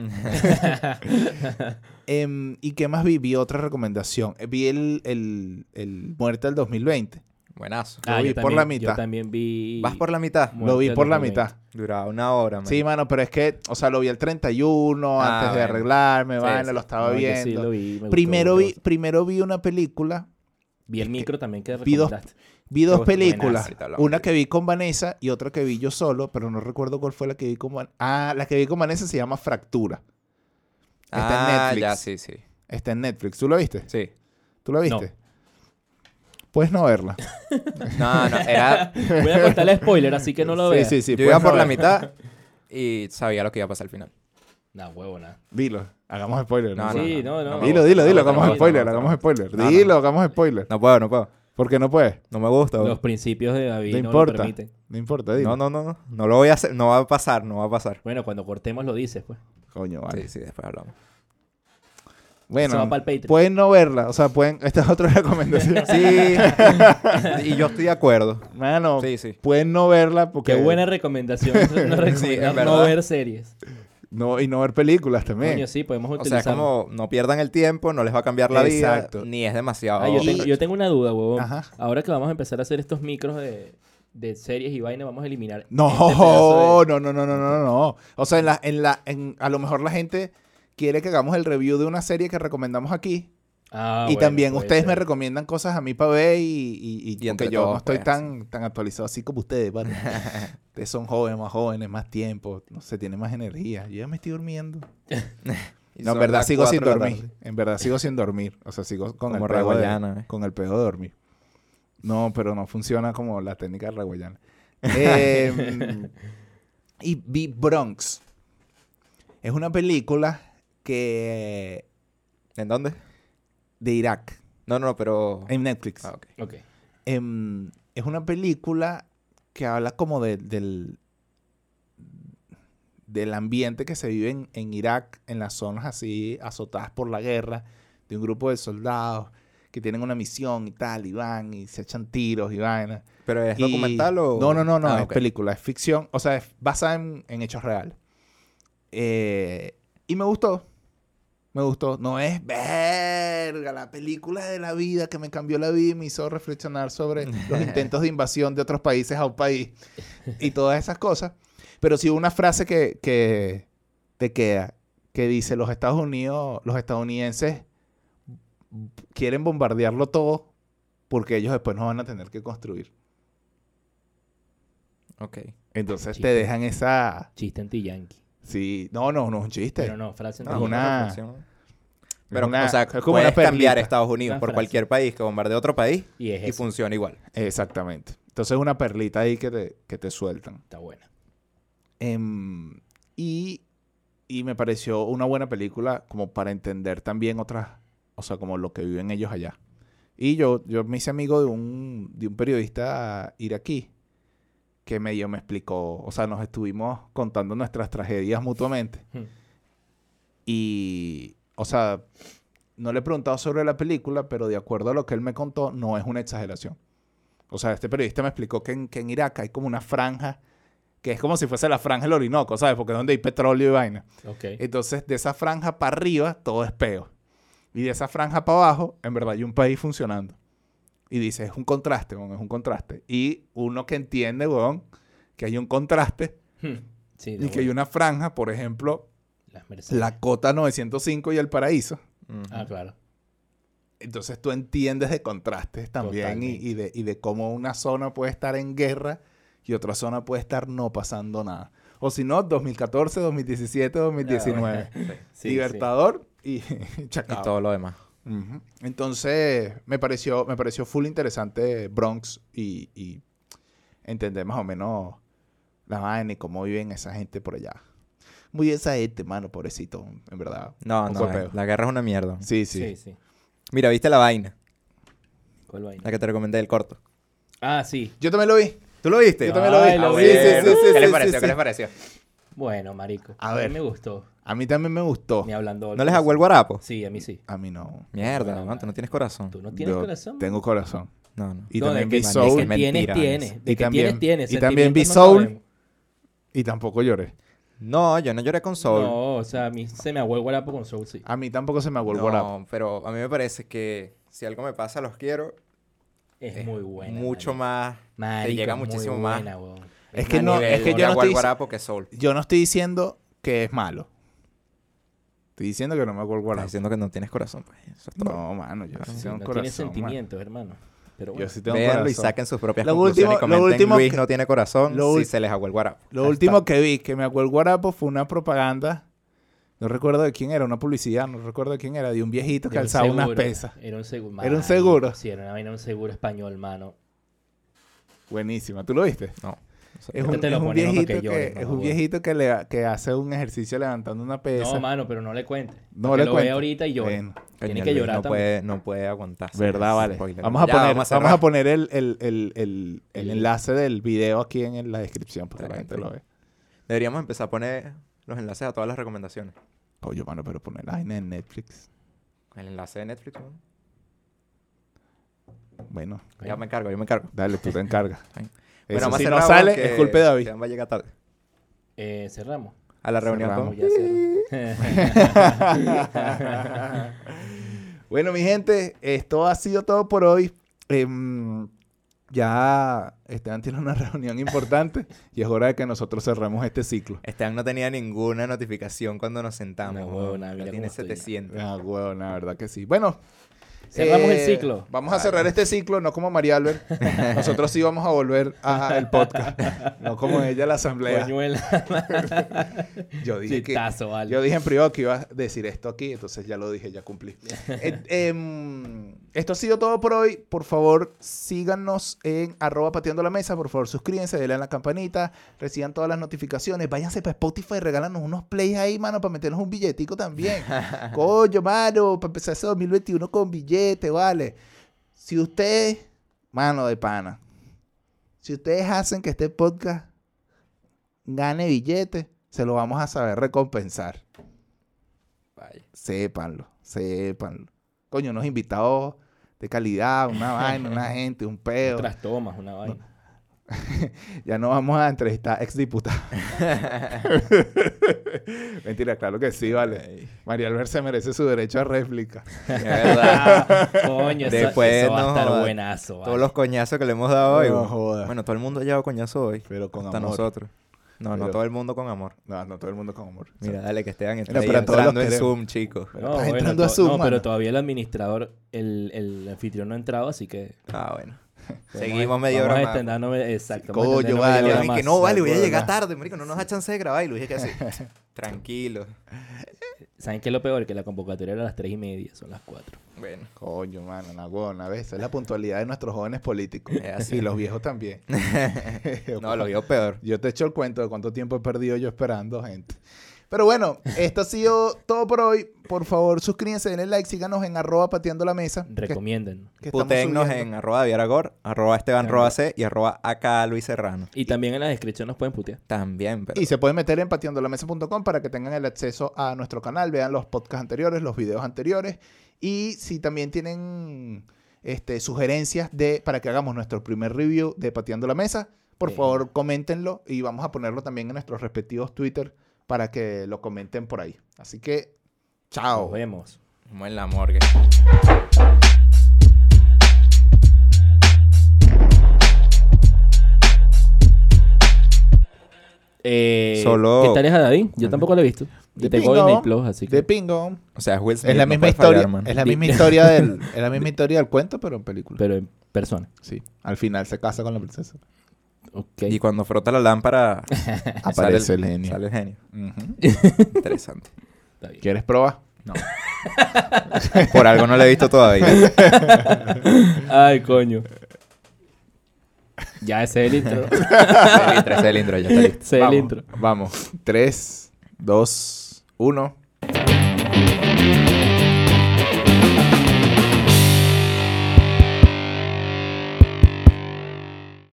Em, ¿Y qué más vi? Vi otra recomendación. Eh, Vi el, el, el Muerte del dos mil veinte. Buenazo. Lo vi yo por también- la mitad. Yo también vi... ¿Vas por la mitad? Muerte Lo vi del por la dos mil veinte. mitad. Duraba una hora, man. Sí, mano, pero es que, o sea, lo vi el treinta y uno Ah, antes de bueno. arreglarme, Sí, vaina, sí. lo estaba No, yo viendo. sí lo vi, me gustó, primero, me vi, gustó. primero vi una película, Vi el es que micro también que vi dos- recomendaste. vi dos gustó, películas. buenazo, ahorita hablamos Una de que vi con Vanessa y otra que vi yo solo, pero no recuerdo cuál fue la que vi con Vanessa. Ah, la que vi con Vanessa se llama Fractura. Está en Ah, Netflix. ya, sí, sí. Está en Netflix. ¿Tú la viste? Sí. ¿Tú la viste? Puedes no verla. No, no, era... Voy a contar el spoiler, así que no lo sí, veas. sí, sí. yo puedes iba no por la verla. mitad y sabía lo que iba a pasar al final. Nah, huevo, nada. Dilo. Hagamos spoiler. No, sé. Sí, no, no. Dilo, dilo, No, dilo. no, Hagamos no, spoiler, no, no. hagamos spoiler. No, no. Dilo, hagamos spoiler. No puedo, no puedo. ¿Por qué no puedes? No me gusta, bro. Los principios de David No no, importa. lo permiten. No importa, dilo. No, no, no, no. No lo voy a hacer. No va a pasar, no va a pasar. Bueno, cuando cortemos lo dices, pues. Coño, vale. Sí, sí, después hablamos. Bueno, Eso va pa'l Patreon. pueden no verla. O sea, pueden... Esta es otra recomendación. Sí. Y yo estoy de acuerdo. Mano, Sí, sí. pueden no verla porque... Qué buena recomendación. No recomendar en no verdad. ver series. No, y no ver películas también. Coño, sí, podemos O sea, utilizar. es como no pierdan el tiempo, no les va a cambiar la Exacto. vida, ni es demasiado. Ah, yo, Y- tengo, yo tengo una duda, huevón. Ajá. Ahora que vamos a empezar a hacer estos micros de, de series y vaina, vamos a eliminar. No, este pedazo de- no, no, no, no, no, no. O sea, en la, en la, en, a lo mejor la gente quiere que hagamos el review de una serie que recomendamos aquí. Ah, y bueno, también puede ustedes ser. me recomiendan cosas a mí para ver y, y, y, Y porque entre yo no todos, estoy pues, tan, tan actualizado así como ustedes, ¿vale? Ustedes son jóvenes, más jóvenes, más tiempo, no sé, tienen más energía. Yo ya me estoy durmiendo. Y No, en son verdad las sigo sin cuatro de la dormir. tarde. En verdad sigo sin dormir. O sea, sigo con Como el pego de, raguayana, ¿eh? con el pego de dormir. No, pero no funciona como la técnica raguayana. Eh, y vi Bronx. Es una película que ¿En dónde? de Irak No, no, pero... en Netflix. Ah, ok. Ok. Em, es una película que habla como de- del del ambiente que se vive en, en Irak, en las zonas así azotadas por la guerra, de un grupo de soldados que tienen una misión y tal, y van y se echan tiros y vainas. ¿Pero es Y- documental o...? No, no, no, no, Ah, es ok. película, es ficción, o sea, es basada en, en hechos reales. Eh, y me gustó, me gustó. No es verga, la película de la vida que me cambió la vida y me hizo reflexionar sobre los intentos de invasión de otros países a un país y todas esas cosas. Pero sí una frase que, que te queda, que dice, los Estados Unidos, los estadounidenses quieren bombardearlo todo porque ellos después nos van a tener que construir. Ok. Entonces Chiste. te dejan esa... Chiste anti-yankee. Sí, no, no, no es un chiste. Pero no, frase No, Es anti una- reflexión. Es Pero, una- o sea, es como puedes una perlita. cambiar Estados Unidos Una por frase. cualquier país que bombardee otro país Y es y eso. funciona igual. Exactamente. Entonces una perlita ahí que te, que te sueltan. Está buena. Em, y, y me pareció una buena película como para entender también otras, o sea, como lo que viven ellos allá. Y yo, yo me hice amigo de un, de un periodista iraquí que medio me explicó, o sea, nos estuvimos contando nuestras tragedias mutuamente. Hmm. Y, o sea, no le he preguntado sobre la película, pero de acuerdo a lo que él me contó, no es una exageración. O sea, este periodista me explicó que en, que en Irak hay como una franja, que es como si fuese la franja del Orinoco, ¿sabes? Porque es donde hay petróleo y vaina. Ok. Entonces, de esa franja para arriba, todo es peo. Y de esa franja para abajo, en verdad, hay un país funcionando. Y dice, es un contraste, weón, es un contraste. Y uno que entiende, weón, que hay un contraste Hmm. Sí, y de que hay buena. una franja, por ejemplo, Las Mercedes. la Cota novecientos cinco y el Paraíso. Ujú. Ah, claro. Entonces tú entiendes de contrastes también y, Totalmente. y de, y de cómo una zona puede estar en guerra y otra zona puede estar no pasando nada. O si no, dos mil catorce, dos mil diecisiete, dos mil diecinueve. Sí. Sí, Libertador y Y Chacao. todo lo demás. Ujú. Entonces, me pareció, me pareció full interesante Bronx y, y entender más o menos la vaina y cómo viven esa gente por allá. Muy esa gente, mano, pobrecito, en verdad. No, Un no, poco de eh, peo. la guerra es una mierda. Sí, sí. Sí, sí. Mira, ¿viste La Vaina? ¿Cuál vaina? La que te recomendé del corto. Ah, sí. Yo también lo vi. ¿Tú lo viste? Yo también lo vi. Ay, lo sí, vi. sí, sí, sí, ¿Qué sí, les sí, pareció? sí. ¿Qué les pareció? Bueno, marico. A A ver. mí me gustó. A mí también me gustó. Ni hablando. ¿No les hago el guarapo? Sí, a mí sí. A mí no. Mierda, Bueno, man, tú no tienes corazón. ¿Tú no tienes Yo corazón? Tengo corazón. No, no. Y No, también de vi que, Soul. de que Es tienes, mentira tienes. eso. De Y que también- tienes, tienes. y también vi Sentimientos no Soul. sabemos. Y tampoco lloré. No, yo no lloré con Soul. No, o sea, a mí se me aguó el guarapo con Soul, sí. A mí tampoco se me aguó el No, guarapo. pero a mí me parece que si algo me pasa, los quiero. Es, Es muy buena. Mucho marico. más. Marico, te llega es muy muchísimo buena, más. weón. Es que a no, nivel es que de yo no agua al estoy, guarapo que Soul. yo no estoy diciendo que es malo. Estoy diciendo que no me acuerdo el Estás guarapo. diciendo que no tienes corazón, pues. Eso es todo. No, mano, yo sí Sí, tengo no corazón. tiene mano. sentimientos, hermano. Pero bueno. Yo sí tengo Véanlo y corazón. saquen sus propias Lo conclusiones último- y comenten lo último Luis que- no tiene corazón lo si ul- se les aguó el guarapo. Lo Ya último está. que vi que me acuerdo el guarapo fue una propaganda. No recuerdo de quién era, una publicidad, no recuerdo de quién era, de un viejito que Era un alzaba unas seguro, pesas. Era un seguro. ¿Era un seguro? Sí, era una vaina, un seguro español, mano. Buenísima. ¿Tú lo viste? No. Es Esto un, te lo es un ponemos para viejito que que, llores, es mamá, un huevo. viejito que, le, que hace un ejercicio levantando una pesa. No, mano, pero no le cuentes. No Porque le lo cuento. ve ahorita y llora. Bueno, Tiene Coño, que Luis llorar no también. puede, no puede aguantarse. verdad, ese vale. spoiler. Vamos a Ya, poner, vamos vamos a a poner el, el, el, el, el El- enlace del video aquí en la descripción para que la Está gente bien, lo vea. Deberíamos empezar a poner los enlaces a todas las recomendaciones. Oye, mano, pero poner la vaina en Netflix. El enlace de Netflix, ¿no? Bueno, Ya me encargo, yo me encargo. dale, tú te encargas. Bueno, Eso vamos a si cerrar no sale, porque es culpa de David. Esteban va a llegar tarde. Eh, cerramos. A la reunión Cerramos. con... Ya cerramos. Bueno, mi gente, esto ha sido todo por hoy. Em, ya Esteban tiene una reunión importante y es hora de que nosotros cerremos este ciclo. Esteban no tenía ninguna notificación cuando nos sentamos. No, ¿no? huevona, Ya mira tiene cómo estoy. setecientos. Ah, huevón, la verdad que sí. Bueno, Cerramos el eh, ciclo. Vamos a cerrar este ciclo, no como María Albert. Nosotros sí vamos a volver al podcast, no como ella a la asamblea. Coñuela. Yo dije que Chistazo, vale. yo dije en privado que iba a decir esto aquí, entonces ya lo dije, ya cumplí. Eh, em, esto ha sido todo por hoy. Por favor, síganos en arroba pateando la mesa. Por favor, suscríbanse, denle a la campanita, reciban todas las notificaciones. Váyanse para Spotify, regálanos unos plays ahí, mano, para meternos un billetico también. Coño, mano, para empezar ese dos mil veintiuno con billete, vale. Si ustedes, mano de pana, si ustedes hacen que este podcast gane billete, se lo vamos a saber recompensar. Vaya. Sépanlo, sépanlo. Coño, unos invitados de calidad, una vaina, una gente, un peo. Otras tomas, una vaina. Ya no vamos a entrevistar exdiputados. Mentira, claro que sí, vale. María Albert se merece su derecho a réplica. Es verdad. Coño, eso, Después eso va a no estar jodas. buenazo. Todos vale. los coñazos que le hemos dado hoy. No güey. jodas. Bueno, todo el mundo ha llevado coñazo hoy. Pero con Hasta amor. nosotros. No, no Pero- todo el mundo con amor. No, no todo el mundo con amor. Mira, dale que Esteban está Mira, ahí pero a todos los entrando en queremos. Zoom, chicos. Pero No, estás bueno, entrando a to- Zoom, no, pero mano. todavía el administrador, el, el anfitrión no ha entrado, así que... Ah, bueno. vamos Seguimos a- media vamos hora a más. extendernos- Exacto. Coño, vamos a extendernos vale, media Y hora a mí más. que no, vale, voy a acuerdo. llegar tarde, marico, no nos da chance de grabar. Y Luis, ¿qué así? Tranquilo. ¿Saben qué es lo peor? Que la convocatoria era a las tres y media, son las cuatro. Bueno. Coño, mano, una buena vez. Es la puntualidad de nuestros jóvenes políticos. Es así. Y los viejos también. No, lo vio peor. Yo te echo el cuento de cuánto tiempo he perdido yo esperando, gente. Pero bueno, esto ha sido todo por hoy. Por favor, suscríbanse, denle like, síganos en arroba pateando la mesa. que- Recomienden. que estamos Putéennos subiendo. en arroba Diaragor, arroba Esteban Claro. Roa C y arroba acá Luis Serrano. Y también en la descripción nos pueden putear. También, pero... Y se pueden meter en pateando la mesa punto com para que tengan el acceso a nuestro canal, vean los podcasts anteriores, los videos anteriores. Y si también tienen este, sugerencias de para que hagamos nuestro primer review de Pateando la Mesa, por Bien. favor, coméntenlo y vamos a ponerlo también en nuestros respectivos Twitter para que lo comenten por ahí. Así que, chao. Nos vemos. Como en la morgue. Eh, Solo- ¿Qué tal es a David? Yo tampoco lo he visto. De Y tengo pingo. Disney Plus, así que... De Pingo. O sea, Will Smith Es la no misma puede historia, fallar, man. es la Di- misma historia del, es la misma historia del cuento, pero en película. Pero en persona. Sí. Al final se casa con la princesa. Ok. Y cuando frota la lámpara, Aparece sale el genio. Sale el genio. Ujú. Interesante. Está bien. ¿Quieres probar? No. Por algo no lo he visto todavía. Ay, coño. Ya ese es el intro. Ese es el intro, ese es el intro, ya está listo. Ese es el Vamos, intro. Vamos. tres, dos, uno.